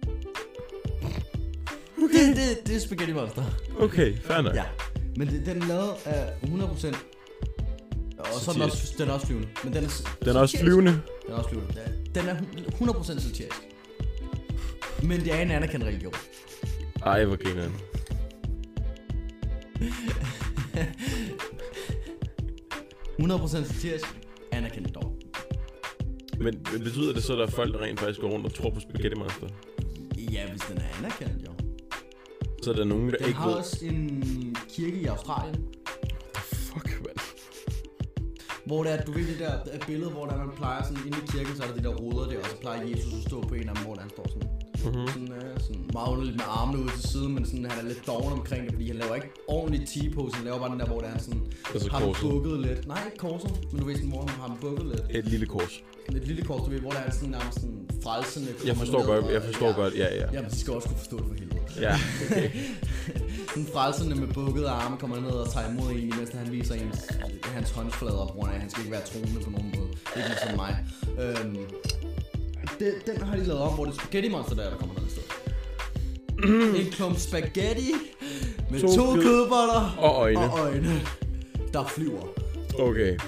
Okay. Det er Spaghetti Monster. Okay, fair nok. Ja, men den er lavet af 100%. Og så er den også flyvende. Men den er også flyvende? Den er også flyvende. Den er 100% satirisk. Men det er en anerkendt religion. Ej, hvor griner den. satirisk, anerkendt dog. Men betyder det så, at der er folk, der rent faktisk går rundt og tror på Spaghetti Monster? Ja, hvis den er anerkendt, jo. Så er der nogen, der den ikke ved... Den har også en kirke i Australien. Fuck, man. Hvor det er, du ved det der billede, hvor der man plejer sådan inde i kirken, så er der de der ruder der, og så plejer Jesus at stå på en af dem, hvor han står sådan. Sådan meget underligt med armene ude til siden, men sådan, han er lidt doven omkring det, fordi han laver ikke ordentligt T-pose, han laver bare den der, hvor det er sådan, har han bukket lidt. Nej, ikke korset, men du ved sådan, hvor han har bukket lidt. Et lille kors. Et lille kors, du ved, hvor der er sådan nærmest sådan frelsende. Jeg forstår godt, ja. Jamen, de skal også kunne forstå det for helvede. Ja, okay. Sådan frelsende med bukkede arme kommer ned og tager imod en, mens han viser hans håndsflader på grund af, han skal ikke være troende på nogen måde. Ikke ligesom mig. Den har de lavet om, hvor det er Spaghetti Monster der kommer ned i stedet. En klump spaghetti med 2 kødboller og øjne, der flyver. Okay.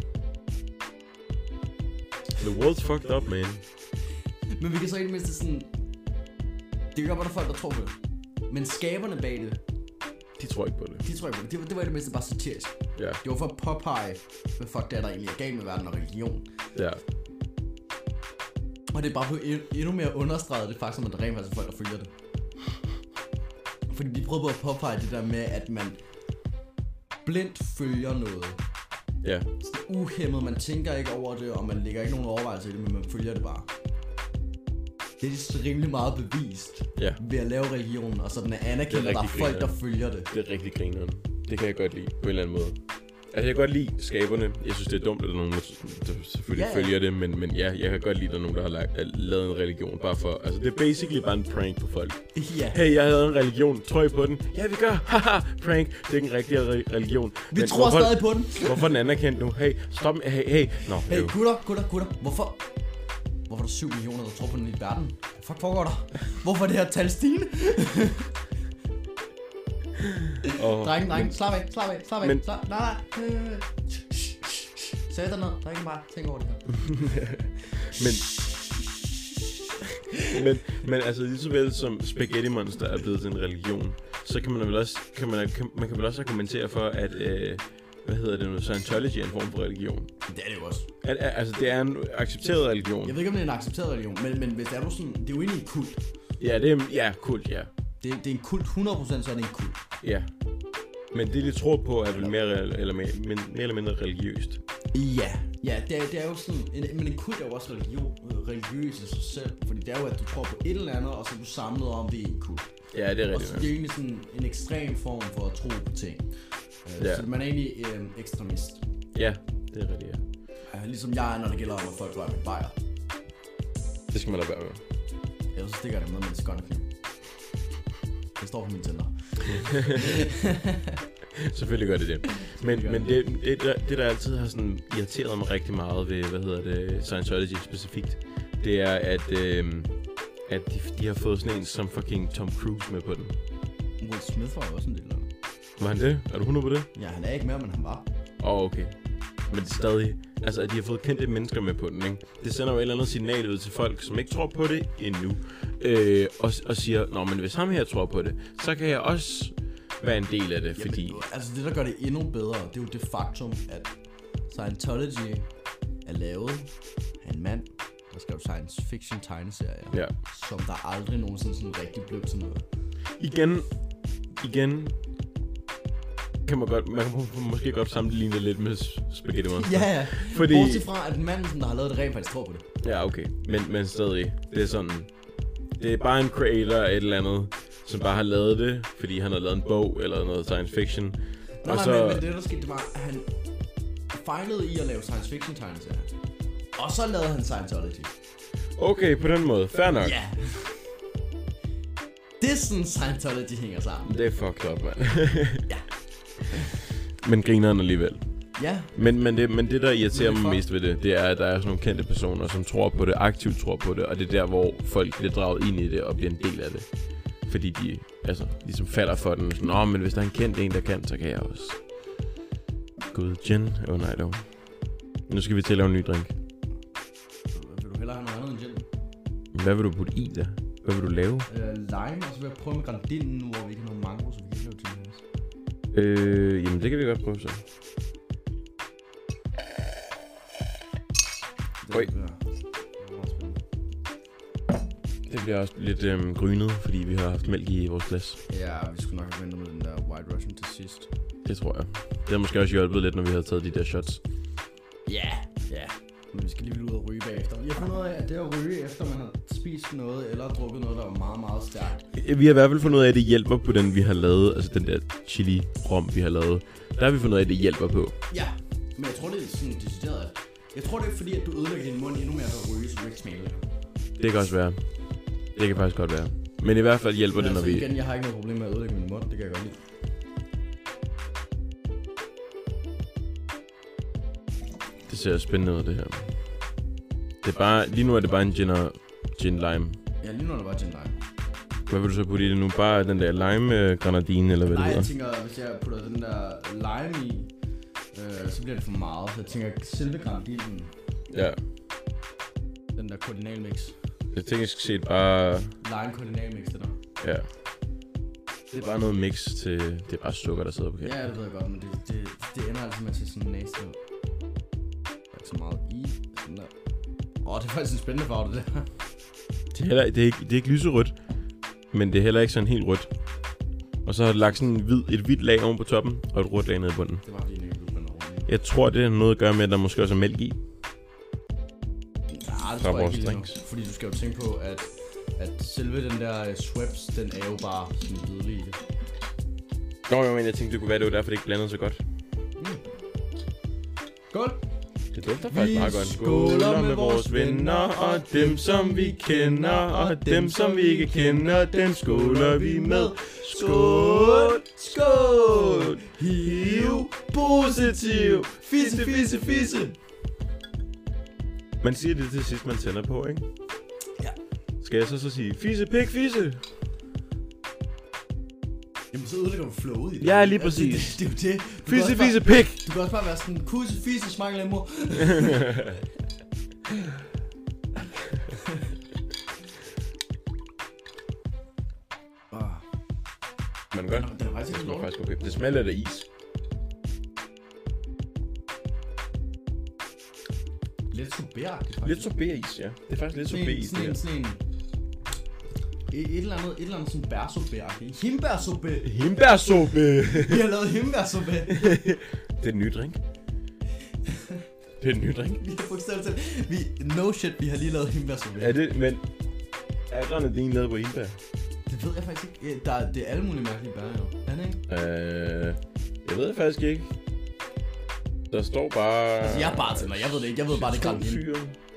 The world's fucked up, man. Men vi kan så i det mindste sådan... Det er jo godt, folk, der tror på det. Men skaberne bag det... De tror ikke på det. Det var i det mindste bare satirisk. Ja. Det var for at påpege, hvad fuck det er, der egentlig er galt med verden og religion. Ja. Og det er bare blevet endnu mere understreget, det faktum, at der rent faktisk er folk, der følger det. Fordi de prøvede på at påpege det der med, at man blindt følger noget. Ja. Uhæmmet, man tænker ikke over det, og man lægger ikke nogen overvejelse i det, men man følger det bare. Det er rimelig meget bevist ved at lave religion, og så den er anerkendt, at der er folk, der følger det. Det er rigtig grineren. Det kan jeg godt lide, på en eller anden måde. Altså, jeg kan godt lide skaberne. Jeg synes, det er dumt, at der er nogen, der selvfølgelig følger det, men ja, jeg kan godt lide, at der er nogen, der har lavet en religion bare for... Altså, det er basically bare en prank på folk. Ja. Hey, jeg havde en religion. Tror I på den? Ja, vi gør. Haha, prank. Det er ikke en rigtig religion. Vi tror stadig på den. Hvorfor er den anerkendt nu? Hey, stop. Hey. Nå, hey, gutter. Hvorfor er der 7 millioner, der tror på den i verden? Fuck, foregår der? Hvorfor er det her tal stigende? Dreng, slap af. Nej. Sæt dig ned, der er ikke bare tænk over det her. men altså lige så vel som Spaghetti Monster er blevet til en religion, så kan man vel også man kan vel også argumentere for at Scientology er en form for religion. Det er det jo også. Altså det er en accepteret religion. Jeg ved ikke om det er en accepteret religion, men hvis det er sådan, det er jo egentlig en kult. Ja, det er kult, ja. Det er en kult, 100% så er det en kult. Ja. Men det de tror på er vel mere eller mindre religiøst. Ja, det er jo sådan, men en kult er jo også religiøs i sig selv, fordi det er jo, at du tror på et eller andet, og så er du samlet om det i en kult. Ja, det er rigtigt. Og så det er egentlig sådan en ekstrem form for at tro på ting. Så man er egentlig ekstremist. Ja, det er rigtigt, ja. Ligesom jeg er, når det gælder om, at folk rører med bajer. Det skal man da være med. Ellers så stikker det med en skåndekniv. Det står på mine tænder. Selvfølgelig gør det. Men det der altid har sådan irriteret mig rigtig meget ved, Scientology specifikt, det er, at de har fået sådan en som fucking Tom Cruise med på den. Will Smith var jo også en del af det. Var han det? Er du 100 på det? Ja, han er ikke mere, men han var. Okay. Men det er stadig... Altså, at de har fået kendte mennesker med på den, ikke? Det sender jo et eller andet signal ud til folk, som ikke tror på det endnu. Og siger, nå, men hvis ham her tror på det, så kan jeg også være en del af det, fordi... Jamen, altså, det der gør det endnu bedre, det er jo det faktum, at Scientology er lavet af en mand, der skrev science fiction tegneserier, som der aldrig nogensinde sådan rigtig blev til noget. Igen... Man kan måske godt sammenligne det lidt med Spaghetti Monster. Ja. Fordi... Bortset fra, at manden, der har lavet det, rent faktisk tror på det. Ja, okay. Men stadig. Det er sådan... Det er bare en creator af et eller andet, som bare har lavet det, fordi han har lavet en bog eller noget science fiction. Men det der skete, det var, at han fejlede i at lave science fiction tegneserier. Og så lavede han Scientology. Okay, på den måde. Fair nok. Ja. Det er sådan, Scientology hænger sammen. Det er fucked up, mand. Ja. Men grineren alligevel. Ja. Men det der irriterer mig mest ved det, det er, at der er sådan nogle kendte personer, som tror på det, aktivt tror på det, og det er der, hvor folk bliver draget ind i det og bliver en del af det. Fordi de ligesom falder for den. Sådan, nå, men hvis der er en kendt en, der kan, så kan jeg også. Gud, gin? Nej dog. Nu skal vi til at lave en ny drink. Vil du hellere have noget andet end gin? Hvad vil du putte i da? Hvad vil du lave? Lime, og så vil jeg prøve med grandinden nu, hvor vi ikke har noget mango, så vi kan lave gin her. Jamen det kan vi godt prøve så. Det bliver også lidt grynet, fordi vi har haft mælk i vores glas. Ja, vi skulle nok have ventet med den der White Russian til sidst. Det tror jeg. Det har måske også hjulpet lidt, når vi havde taget de der shots. Ja. Men vi skal lige ud og ryge bagefter. Jeg har fundet ud af, at det at ryge efter man har spist noget eller drukket noget, der var meget, meget stærkt. Vi har i hvert fald fundet ud af, at det hjælper på den, vi har lavet. Altså den der chili-rom, vi har lavet. Der har vi fundet ud af, at det hjælper på. Ja, men jeg tror, det er sådan decideret. Jeg tror, det er fordi, at du ødelægger din mund endnu mere ved at ryge, så du ikke smager det. Det kan også være. Det kan faktisk godt være. Men i hvert fald hjælper det, når vi... Igen, jeg har ikke noget problem med at ødelægge min mund. Det kan jeg godt lide. Det ser spændende ud, det her. Det er bare... Lige nu er det bare en gin lime. Ja, lige nu er det bare gin lime. Hvad vil du så putte i det nu? Bare den der lime granadine, eller hvad det hedder? Nej, jeg tænker, hvis jeg putter den der lime i, så bliver det for meget. Så jeg tænker, selve granadinen. Ja. Den der koordinalmix. Jeg tænker, jeg skal se bare... Lime koordinalmix, det der. Ja. Det er bare noget mix til... Det er bare sukker, der sidder på kagen. Ja, det ved jeg godt, men det ender altså med til sådan en næste. Der er ikke så meget i. Sådan der. Det er faktisk en spændende farve, det der. Det er ikke lyserødt, men det er heller ikke sådan helt rødt. Og så har det lagt sådan et hvidt lag oven på toppen, og et rødt lag nede i bunden. Det var fordi, det ikke blev Jeg tror, det har noget at gøre med, at der måske også er mælk i. Ja, det tror jeg ikke lige nu. Fordi du skal jo tænke på, at at selve den der Schweppes, den er jo bare sådan hvidelig i det. Nå, men jeg tænkte, det kunne være, det var derfor, det ikke blandede så godt. Godt. Det dufter faktisk meget godt. Skåler med vores venner, og dem som vi kender, og dem som vi ikke kender, dem skåler vi med. Skål! Skål! Hiv positiv! Fisse, fisse, fisse! Man siger det til sidst, man tænder på, ikke? Ja. Skal jeg så sige, fisse, pik, fisse? Jamen, så ødelægger du flowet i det. Ja, lige præcis. Det er jo det. Fisse, fisse, pik! Du kan også bare være sådan, kusse, fisse, smag limo. Men godt. Den er faktisk ikke faktisk okay. Det smager lidt af is. Lidt sorbet-agtigt. Lidt sorbet-is, ja. Det er faktisk lidt sorbet-is, det her. Sådan et eller andet sådan bærsorbet-agtigt. Hindbærsorbet. Hindbærsorbet. Vi har lavet hindbærsorbet. Det er en ny drink. Det er en ny drink. Vi har bogstaveligt talt. No shit, vi har lige lavet hindbærsorbet. Er det, men er grenadine lavet på hindbær? Det ved jeg faktisk ikke. Det er alle mulige mærkelige bær, jo. Er det ikke? Jeg ved det faktisk ikke. Der står bare... Altså, jeg er bare til mig. Jeg ved det ikke. Jeg ved bare, det er grenadine.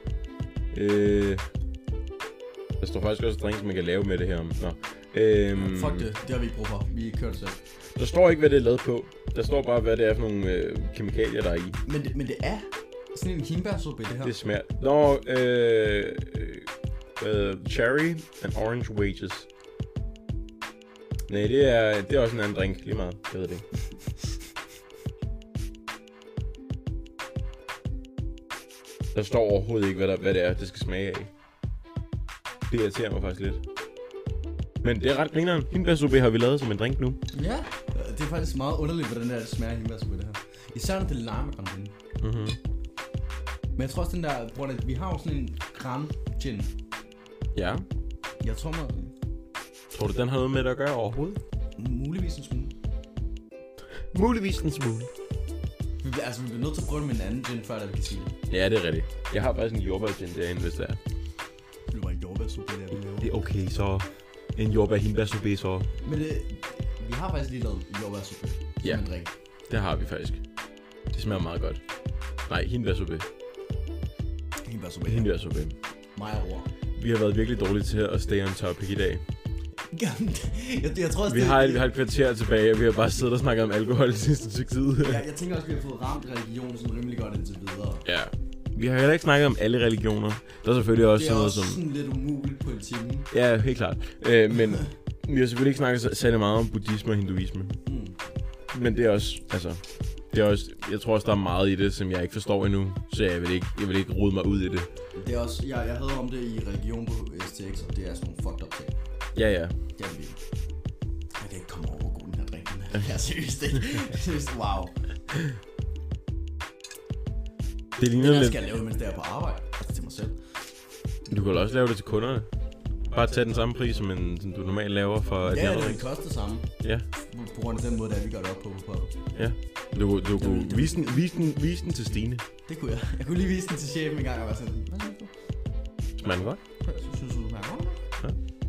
Der står faktisk også drinks, man kan lave med det her. Nå. Fuck det. Det har vi ikke brug for. Vi kører det selv. Der står ikke, hvad det er lavet på. Der står bare, hvad det er for nogle kemikalier, der er i. Men det er sådan en hindbærsuppe, det her. Det smager... Nå, cherry and orange wages. Nej, det er også en anden drink, lige meget. Jeg ved det ikke. Der står overhovedet ikke, hvad det er, det skal smage af. Det irriterer mig faktisk lidt. Men det er ret grineren. Hindbærsuppe har vi lavet som en drink nu. Ja, det er faktisk meget underligt, hvordan det smager af hindbærsuppe, det her. Især når det er lime og grenadine. Mhm. Men jeg tror også, den der... Vi har jo sådan en gran gin. Ja. Jeg tror man... Tror du, den har noget med det at gøre overhovedet? Muligvis en smule. Muligvis en smule. Vi bliver nødt til at prøve det med en anden gin, før vi kan sige det. Ja, det er rigtigt. Jeg har faktisk en jordbær-gin derinde, hvis det er. Det var en jordbærsuppe, der vi laver. Det er okay, så en jordbær-hindbærsuppe, så. Men vi har faktisk lige lavet jordbærsuppe som en drink. Det har vi faktisk. Det smager meget godt. Nej, hindbærsuppe. Hindbærsuppe. Mig og ord. Vi har været virkelig dårlige til at stay on topic i dag. jeg tror også, vi har et kvarter tilbage, og vi har bare siddet og snakket om alkohol de sidste stykke tid. Jeg tænker også, at vi har fået ramt religion sådan rimelig godt indtil videre. Ja. Vi har heller ikke snakket om alle religioner. Der er selvfølgelig også sådan noget som... Det er også sådan lidt umuligt på en time. Ja, helt klart. Men vi har selvfølgelig ikke snakket særlig meget om buddhisme og hinduisme. Men det er også, altså... Det er også, jeg tror også, der er meget i det, som jeg ikke forstår endnu. Så jeg vil ikke rode mig ud i det. Det er også... Jeg havde om det i religion på STX, og det er sådan nogle fucked up ting. Ja. Det er vildt. Jeg kan ikke komme over, hvor god den her drink er. Jeg er seriøst ikke. Seriøst, wow. Det ligner lidt... skal jeg lave, mens jeg er på arbejde. Altså til mig selv. Du kan også lave det til kunderne. Bare tage den samme pris, som du normalt laver for... Ja, det koster det samme. Ja. På grund af den måde, der vi gør det op på. Ja. Du kunne vise den til Stine. Det kunne jeg. Jeg kunne lige vise den til chefen en gang og være sådan... Hvad synes du? Smager den godt? Synes du, den smager godt? Ja.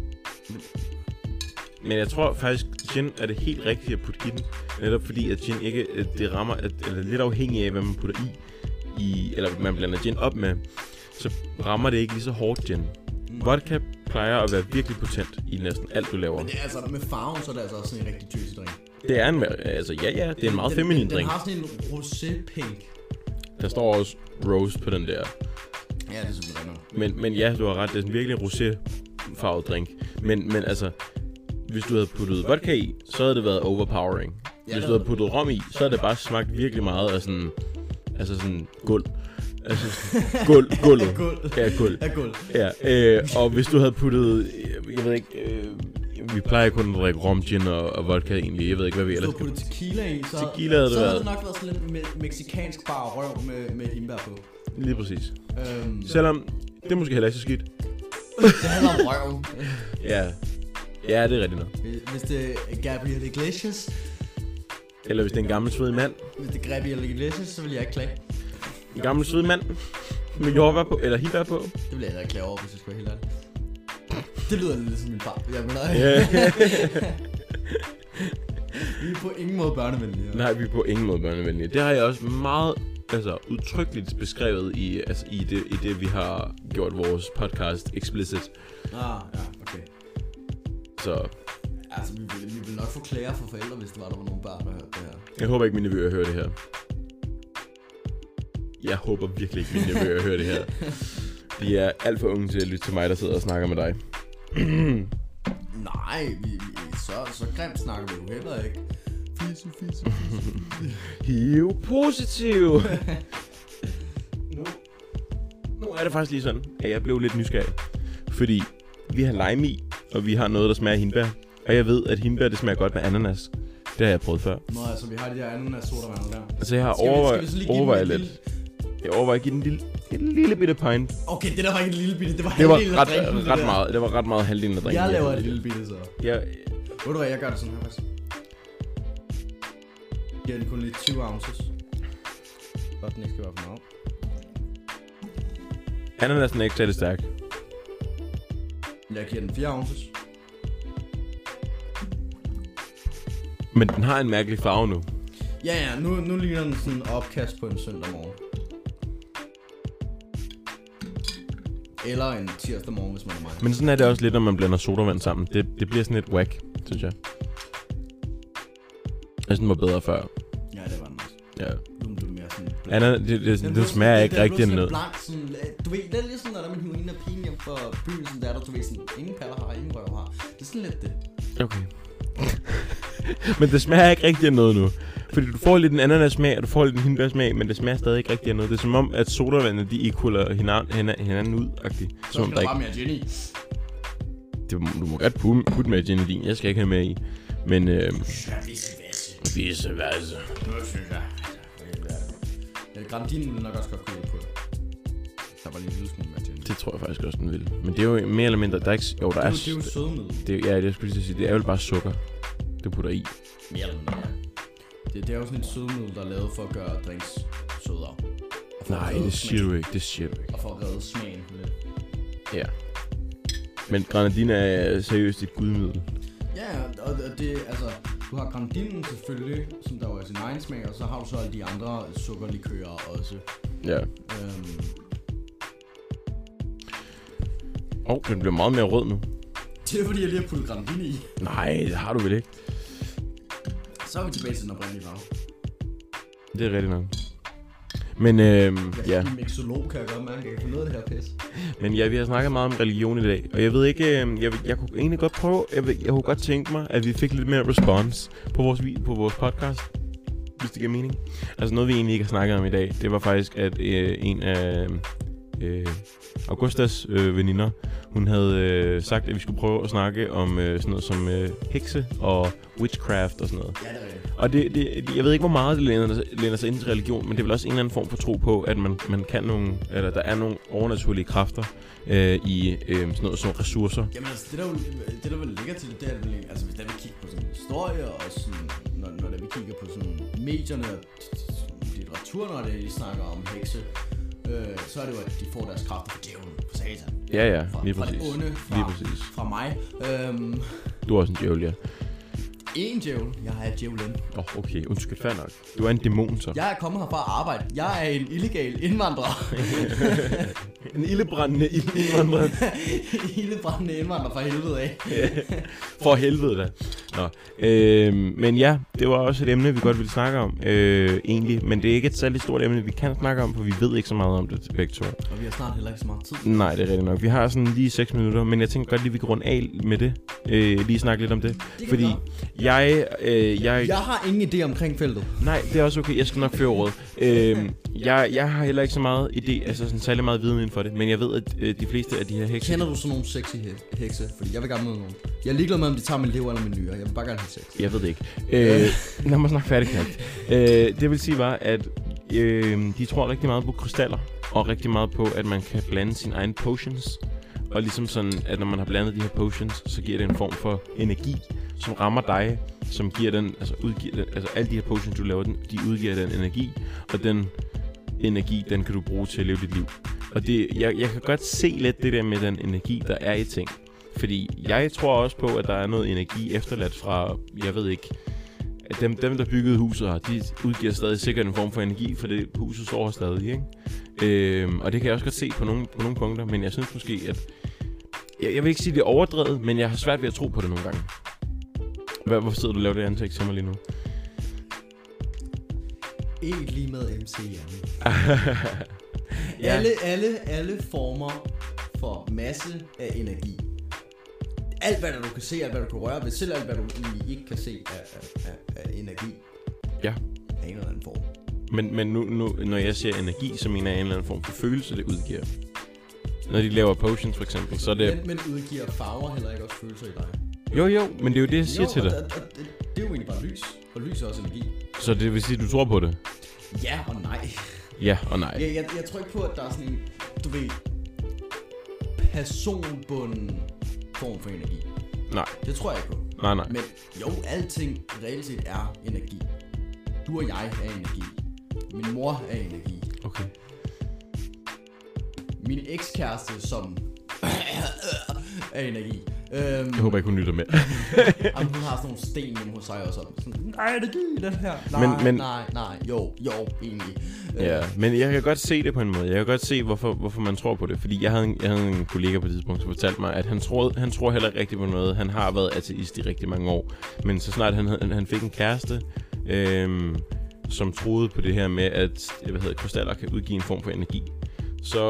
Men jeg tror faktisk, gin er det helt rigtige at putte i den. Netop fordi, at gin ikke... Det rammer... Eller lidt afhængig af, hvad man putter i... Eller man blander gin op med. Så rammer det ikke lige så hårdt gin. Vodka plejer at være virkelig potent i næsten alt, du laver. Men det er altså, med farven, så er det altså også sådan en rigtig tøse drink. Det er en, altså ja, det er en meget feminin drink. Den har sådan en rosé-pink. Der står også rose på den der. Ja, det er selvfølgelig rigtigt. Men ja, du har ret, det er sådan virkelig en rosé-farvet drink. Men altså, hvis du havde puttet vodka i, så havde det været overpowering. Hvis du havde puttet rom i, så havde det bare smagt virkelig meget af sådan, altså sådan guld. Altså gulvet. Ja, guld. Ja, og hvis du havde puttet, jeg ved ikke, vi plejer kun at drikke rom, gin og vodka egentlig. Jeg ved ikke, hvad vi ellers skal. Hvis du havde puttet tequila i, så havde det nok været sådan lidt mexikansk bar røv med hindbær på. Lige præcis. Selvom det er måske heller ikke så skidt. Det handler om røven. Ja, det er rigtigt nok. Hvis det er Gabriel Iglesias. Eller hvis det er en gammel svedig mand. Hvis det er Gabriel Iglesias, så vil jeg ikke klage. En gammel svedig mand med jordbær på, eller hindbær på. Det vil jeg ikke klage over, hvis jeg skal være helt ærlig. Det lyder lidt som min far. Jeg mener, vi er på ingen måde børnevenlige. Nej, vi er på ingen måde børnevenlige. Det har jeg også meget udtrykkeligt beskrevet i det, vi har gjort vores podcast explicit. Ja, okay. Så... Altså, vi vil nok få klager fra forældre, hvis der var nogle børn, der hørte det her. Jeg håber ikke, mine nevøer hører det her. Jeg håber virkelig ikke, mine nevøer hører det her. De er alt for unge til at lytte til mig, der sidder og snakker med dig. Nej, så grimt snakker vi jo heller ikke. Fisse. Hiv positiv. Nu er det faktisk lige sådan, at jeg blev lidt nysgerrig. Fordi vi har lime i, og vi har noget, der smager af hindbær. Og jeg ved, at hindbær, det smager godt med ananas. Det har jeg prøvet før. Nå, altså vi har de der ananas sodavand der. Altså jeg har overvejet lidt. Jeg overvejer at give den en lille bitte pint. Okay, det der var ikke en lille bitte, det var halvdelen af drinken. Det var ret meget halvdelen af drinken. Jeg laver et lille bitte så. Ja. Ved du hvad, jeg gør det sådan her faktisk. Jeg giver den kun lige 20 ounces. For den ikke skal være for meget. Ananasen er ikke særlig stærk. Jeg giver den 4 ounces. Men den har en mærkelig farve nu. Ja, nu ligner den sådan opkast på en søndag morgen. Eller en tirsdag morgen, hvis man er mig. Men sådan er det også lidt, når man blander sodavand sammen. Det bliver sådan lidt whack, synes jeg. Jeg synes, den var bedre før. Ja, det var den også. Ja. Nu blev mere sådan... Det smager ikke rigtig af noget. Blank, sådan, du ved, det er lidt sådan, når man hiver en af pigen hjem fra byen, sådan der, du ved, sådan, ingen paller har, ingen røv har. Det er sådan lidt det. Okay. Men det smager ikke rigtig af noget nu. Fordi du får lidt en ananas-smag, og du får lidt en hindbær-smag, men det smager stadig ikke rigtig af noget. Det er som om, at sodavandet, de equaler hinanden ud-agtigt. Så skal der bare mere gin i. Du må godt putte med gin i din. Jeg skal ikke have med i. Men visse værelse. Grandinen vil nok også godt kunne på det. Der var lige en lille smule med gin. Det tror jeg faktisk også, den vil. Men det er jo mere eller mindre, der er ikke... Jo, der er... Det er jo sødemiddel. Ja, det skulle jeg sige. Det er jo bare sukker, du putter i. Mere eller mindre, ja. Det er jo sådan et sødemiddel, der er lavet for at gøre drinks sødere. Nej, det siger du ikke. Og for at redde smagen lidt. Ja. Men grenadine er seriøst et gudmiddel. Ja, og det, altså, du har grenadinen selvfølgelig, som der jo er sin egen smag, og så har du så alle de andre sukkerlikører også. Ja. Den bliver meget mere rød nu. Det er fordi, jeg lige har puttet grenadine i. Nej, det har du vel ikke. Så er vi tilbage til den oprindelige farve. Det er rigtigt nok. Men ja. Jeg er mixolog, kan jeg godt mærke. Jeg kan få noget af det her pis. Men ja, vi har snakket meget om religion i dag. Og jeg ved ikke, jeg kunne egentlig godt prøve, jeg kunne godt tænke mig, at vi fik lidt mere response på vores podcast. Hvis det giver mening. Altså noget, vi egentlig ikke har snakket om i dag, det var faktisk, at en af Augustas veninder, hun havde sagt, at vi skulle prøve at snakke om sådan noget som hekse og witchcraft og sådan noget. Ja, det er rigtigt. Og jeg ved ikke, hvor meget det læner sig ind til religion, men det er vel også en eller anden form for tro på, at man kan nogle, eller der er nogle overnaturlige kræfter i sådan noget som ressourcer. Jamen altså, det der vel ligger til det er vel, altså hvis der vi kigger på sådan historie og sådan, når vi kigger på sådan medierne og litteraturen, når de snakker om hekse, så er det jo, at de får deres kræfter fra djævlen, fra satan. Ja, lige præcis. Fra det onde, fra mig. Du er også en djævel, ja. En djævel. Jeg er djævlen. Okay, undskyld, fair nok. Du er en dæmon, så. Jeg er kommet her for at arbejde. Jeg er en illegal indvandrer. En ildebrændende indvandrer. Ildebrændende indvandrer fra helvede af. For helvede da. Nå. Men ja, det var også et emne, vi godt ville snakke om. Egentlig. Men det er ikke et særligt stort emne, vi kan snakke om, for vi ved ikke så meget om det begge to. Og vi har snart heller ikke så meget tid. Nej, det er rigtigt nok. Vi har sådan lige 6 minutter, men jeg tænker godt lige, vi kan runde af med det. Lige snakke lidt om det. Fordi jeg har ingen idé omkring feltet. Nej, det er også okay. Jeg skal nok føre ordet. Jeg har heller ikke så meget idé, altså sådan særlig meget viden inden for det, men jeg ved, at de fleste af de her hekse... Kender du sådan nogle sexy hekse? Fordi jeg vil gerne møde nogen. Jeg er ligeglad med, om de tager min lever eller min nyre. Jeg vil bare gerne have sex. Jeg ved det ikke. Lad mig snakke færdigt, knap. Det vil sige bare, at de tror rigtig meget på krystaller, og rigtig meget på, at man kan blande sine egne potions. Og ligesom sådan, at når man har blandet de her potions, så giver det en form for energi, som rammer dig, som giver den, altså alle de her potions, du laver, de udgiver den energi, og den energi, den kan du bruge til at leve dit liv. Og det, jeg kan godt se lidt det der med den energi, der er i ting. Fordi jeg tror også på, at der er noget energi efterladt fra, jeg ved ikke, at dem der byggede huset her, de udgiver stadig sikkert en form for energi, for det huset står stadig, ikke? Og det kan jeg også godt se på nogle punkter, men jeg synes måske, at jeg vil ikke sige, det er overdrevet, men jeg har svært ved at tro på det nogle gange. Hvorfor sidder du og laver det ansigt til mig lige nu? Ikke lige med MC, ja. alle former for masse af energi. Alt hvad du kan se, alt hvad du kan røre ved, selv alt hvad du ikke kan se af energi. Ja. Af en eller anden form. Men nu, når jeg siger energi, så mener jeg en eller anden form for følelse, det udgiver. Når de laver potions for eksempel, så er det... Men udgiver farver heller ikke også følelser i dig? Jo, men det er jo det, jeg siger til dig. Det er jo egentlig bare lys, og lys er også energi. Så det vil sige, du tror på det? Ja og nej. Ja og nej. Jeg tror ikke på, at der er sådan en, du ved, personbunden form for energi. Nej. Det tror jeg ikke på. Nej. Men jo, alting reelt set er energi. Du og jeg er energi. Min mor er energi. Okay. Min ekskæreste, som er energi. Jeg håber ikke, hun lytter med. Hun har sådan nogle sten hjemme hos sig også. Sådan, nej, energi i den her. Nej. Jo, egentlig. Ja, men jeg kan godt se det på en måde. Jeg kan godt se, hvorfor man tror på det. Fordi jeg havde en kollega på et tidspunkt, som fortalte mig, at han tror heller ikke rigtig på noget. Han har været ateist i rigtig mange år. Men så snart han fik en kæreste, som troede på det her med, at krystaller kan udgive en form for energi, så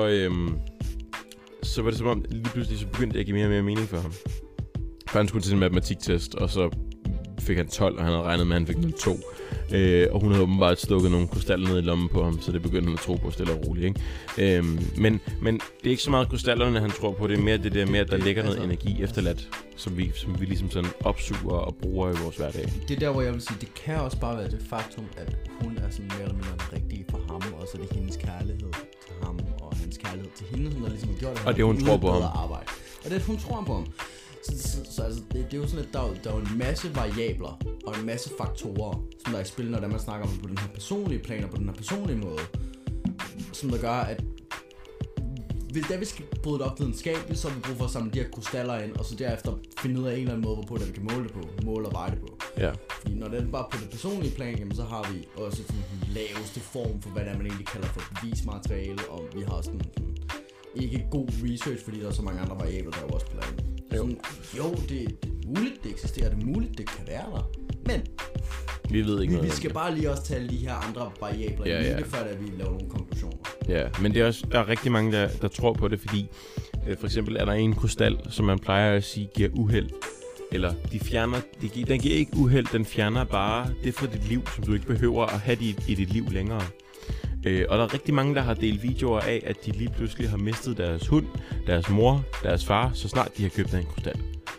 var det som om, lige pludselig så begyndte det at give mere og mere mening for ham. For han skulle til en matematiktest, og så fik han 12, og han havde regnet med, at han fik 02. Og hun havde åbenbart stukket nogle krystaller ned i lommen på ham, så det begyndte han at tro på stille og roligt, ikke? Men det er ikke så meget krystallerne, han tror på, det er mere det der med, at der ligger noget energi efterladt, som vi ligesom sådan opsuger og bruger i vores hverdag. Det er der, hvor jeg vil sige, det kan også bare være det faktum, at hun er sådan mere eller mindre den rigtige for ham, og så er det hendes kærlighed til ham, og hans kærlighed til hende, som der ligesom har gjort det. Og det, hun tror på ham. Arbejde. Og det, hun tror på ham. Så altså, det er jo sådan, at der er en masse variabler og en masse faktorer, som der er i spil, når man snakker om på den her personlige plan og på den her personlige måde, som der gør, at hvis vi skal bryde det op videnskabeligt, så har vi brug for at samle de her krystaller ind, og så derefter finde ud af en eller anden måde, hvorpå vi kan måle det på, måle og veje det på. Ja. Fordi når det er bare på det personlige plan, jamen, så har vi også sådan den laveste form for, hvad det er, man egentlig kalder for bevismateriale, og vi har sådan ikke god research, fordi der er så mange andre variabler, der er jo også på landet. Det er muligt, det eksisterer, det er muligt, det kan være der, men vi ved ikke noget. Vi skal bare lige også tage de her andre variabler før at vi laver nogle konklusioner. Ja, men det er også, der er rigtig mange, der tror på det, fordi for eksempel er der en krystal, som man plejer at sige giver uheld. Eller den giver ikke uheld, den fjerner bare det fra dit liv, som du ikke behøver at have i dit liv længere. Og der er rigtig mange, der har delt videoer af, at de lige pludselig har mistet deres hund, deres mor, deres far, så snart de har købt en krystal.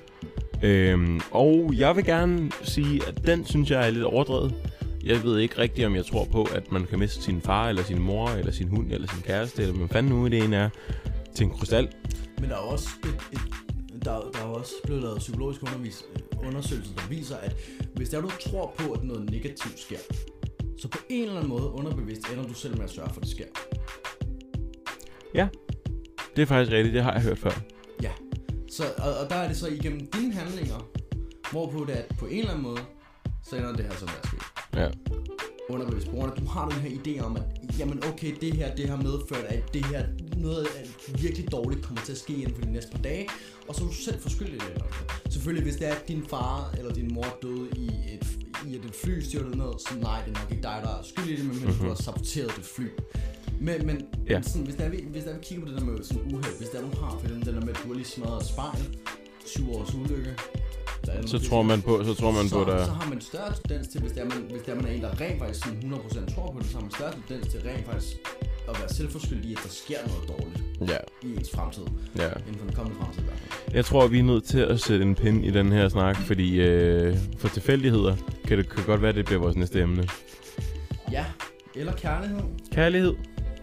Og jeg vil gerne sige, at den synes jeg er lidt overdrevet. Jeg ved ikke rigtigt, om jeg tror på, at man kan miste sin far, eller sin mor, eller sin hund, eller sin kæreste, eller hvad fanden nu det ene er, til en krystal. Men der er også der er også blevet lavet psykologiske undersøgelser, der viser, at hvis du tror på, at noget negativt sker, så på en eller anden måde underbevidst ender du selv med at sørge for, at det sker. Ja, det er faktisk rigtigt. Det har jeg hørt før. Ja, så, og der er det så igennem dine handlinger, hvorpå det er, at på en eller anden måde, så ender det her som der sker. Ja. Underbevidst brugerne. Du har den her idé om, at jamen okay, det her det har medført, at det her noget virkelig dårligt kommer til at ske inden for de næste par dage, og så er du selv for skyldig i det. Selvfølgelig, hvis det er, at din far eller din mor døde i et fly styrtet ned, så nej, det er nok ikke dig, der er skyldig i det, men du har saboteret det fly. Men sådan, hvis der vi kigger på det der med sådan uheld, hvis der du har for den der med, at du har lige smadret spejl, 7 års ulykke, så tror man på der. Så har man større tendens til, hvis man er en, der rent faktisk 100% tror på det, så har man større tendens til rent faktisk at være selvforskyldig i, at der sker noget dårligt i ens fremtid. Ja. Inden for den kommende fremtid i hvert fald. Jeg tror, vi er nødt til at sætte en pind i den her snak, fordi for tilfældigheder kan det godt være, at det bliver vores næste emne. Ja, eller kærlighed. Kærlighed.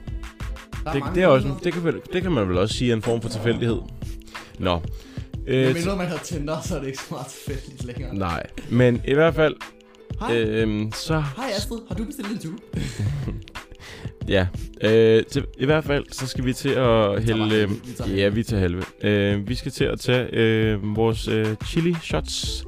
Det kan man vel også sige er en form for tilfældighed. Nå. Men når man har Tinder, så er det ikke så meget tilfældigt længere. Nej, men i hvert fald... Hej. Hej Astrid, har du bestilt en tube? Ja, I hvert fald, så skal vi til at hælde... Ja, vi tager halve. Vi skal til at tage vores chili shots.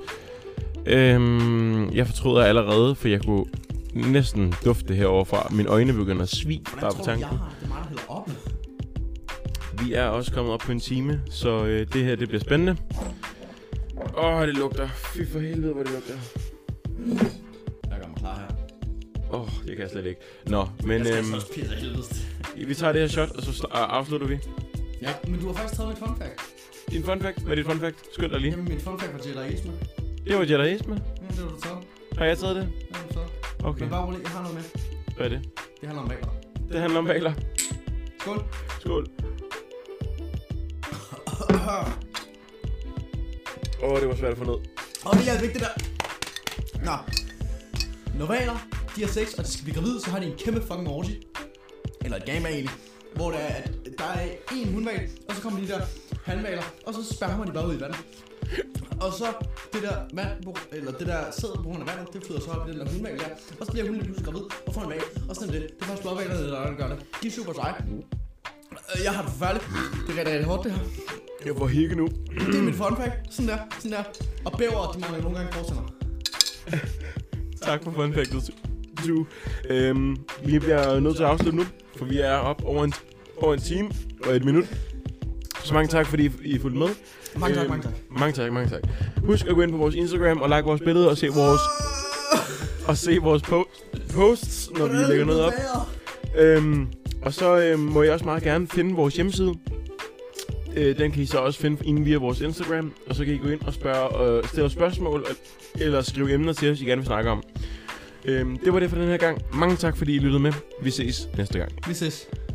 Jeg fortryder allerede, for jeg kunne næsten dufte herovre fra. Mine øjne begynder at svige bare på tanken. Det er meget, der hælder op. Vi er også kommet op på en time, så det her, det bliver spændende. Det lugter. Fy for helvede, hvor det lugter. Jeg gør mig klar her. Det kan jeg slet ikke. Nå, men vi tager det her shot, og så afslutter vi. Ja, men du har faktisk taget mit fun fact. Din fun fact? Hvad er dit fun fact? Skynd dig lige. Jamen, mit fun fact var jediisme. Det var jediisme? Ja, det var du taget. Har jeg taget det? Ja, du taget. Okay. Men bare roligt, jeg har noget med. Hvad er det? Det handler om valer. Det handler om valer. Skål. Skål. Det var svært at få ned. Det er vigtigt der. Nå. Når valer, de har sex, og de skal blive gravide, så har de en kæmpe fucking orgy. Eller et game egentlig. Hvor der er en hundval, og så kommer de der hanvaler, og så spærmer de bare ud i vandet. Og så det der vand, eller det der sæd på grund af vandet, det flyder så op i den der hundval der. Og så bliver hunden pludselig gravid og får en val. Og sådan det. Det er faktisk blåvalerne, der gør det. De er super seje. Jeg har det forfærdeligt. Det er rigtig hårdt det her. Jeg får hikke nu. Det er mit fun fact. Sådan der. Og bæver, de mangler nogle gange fortsætter. Tak for fun factet. Vi bliver nødt til at afslutte nu, for vi er op over en time og 1 minut. Så mange tak, fordi I fulgte med. Mange tak. Husk at gå ind på vores Instagram og like vores billeder og se vores posts, når vi lægger noget op. Og så må jeg også meget gerne finde vores hjemmeside. Den kan I så også finde inde via vores Instagram. Og så kan I gå ind og stille spørgsmål eller skrive emner til os, I gerne vil snakke om. Det var det for den her gang. Mange tak, fordi I lyttede med. Vi ses næste gang. Vi ses.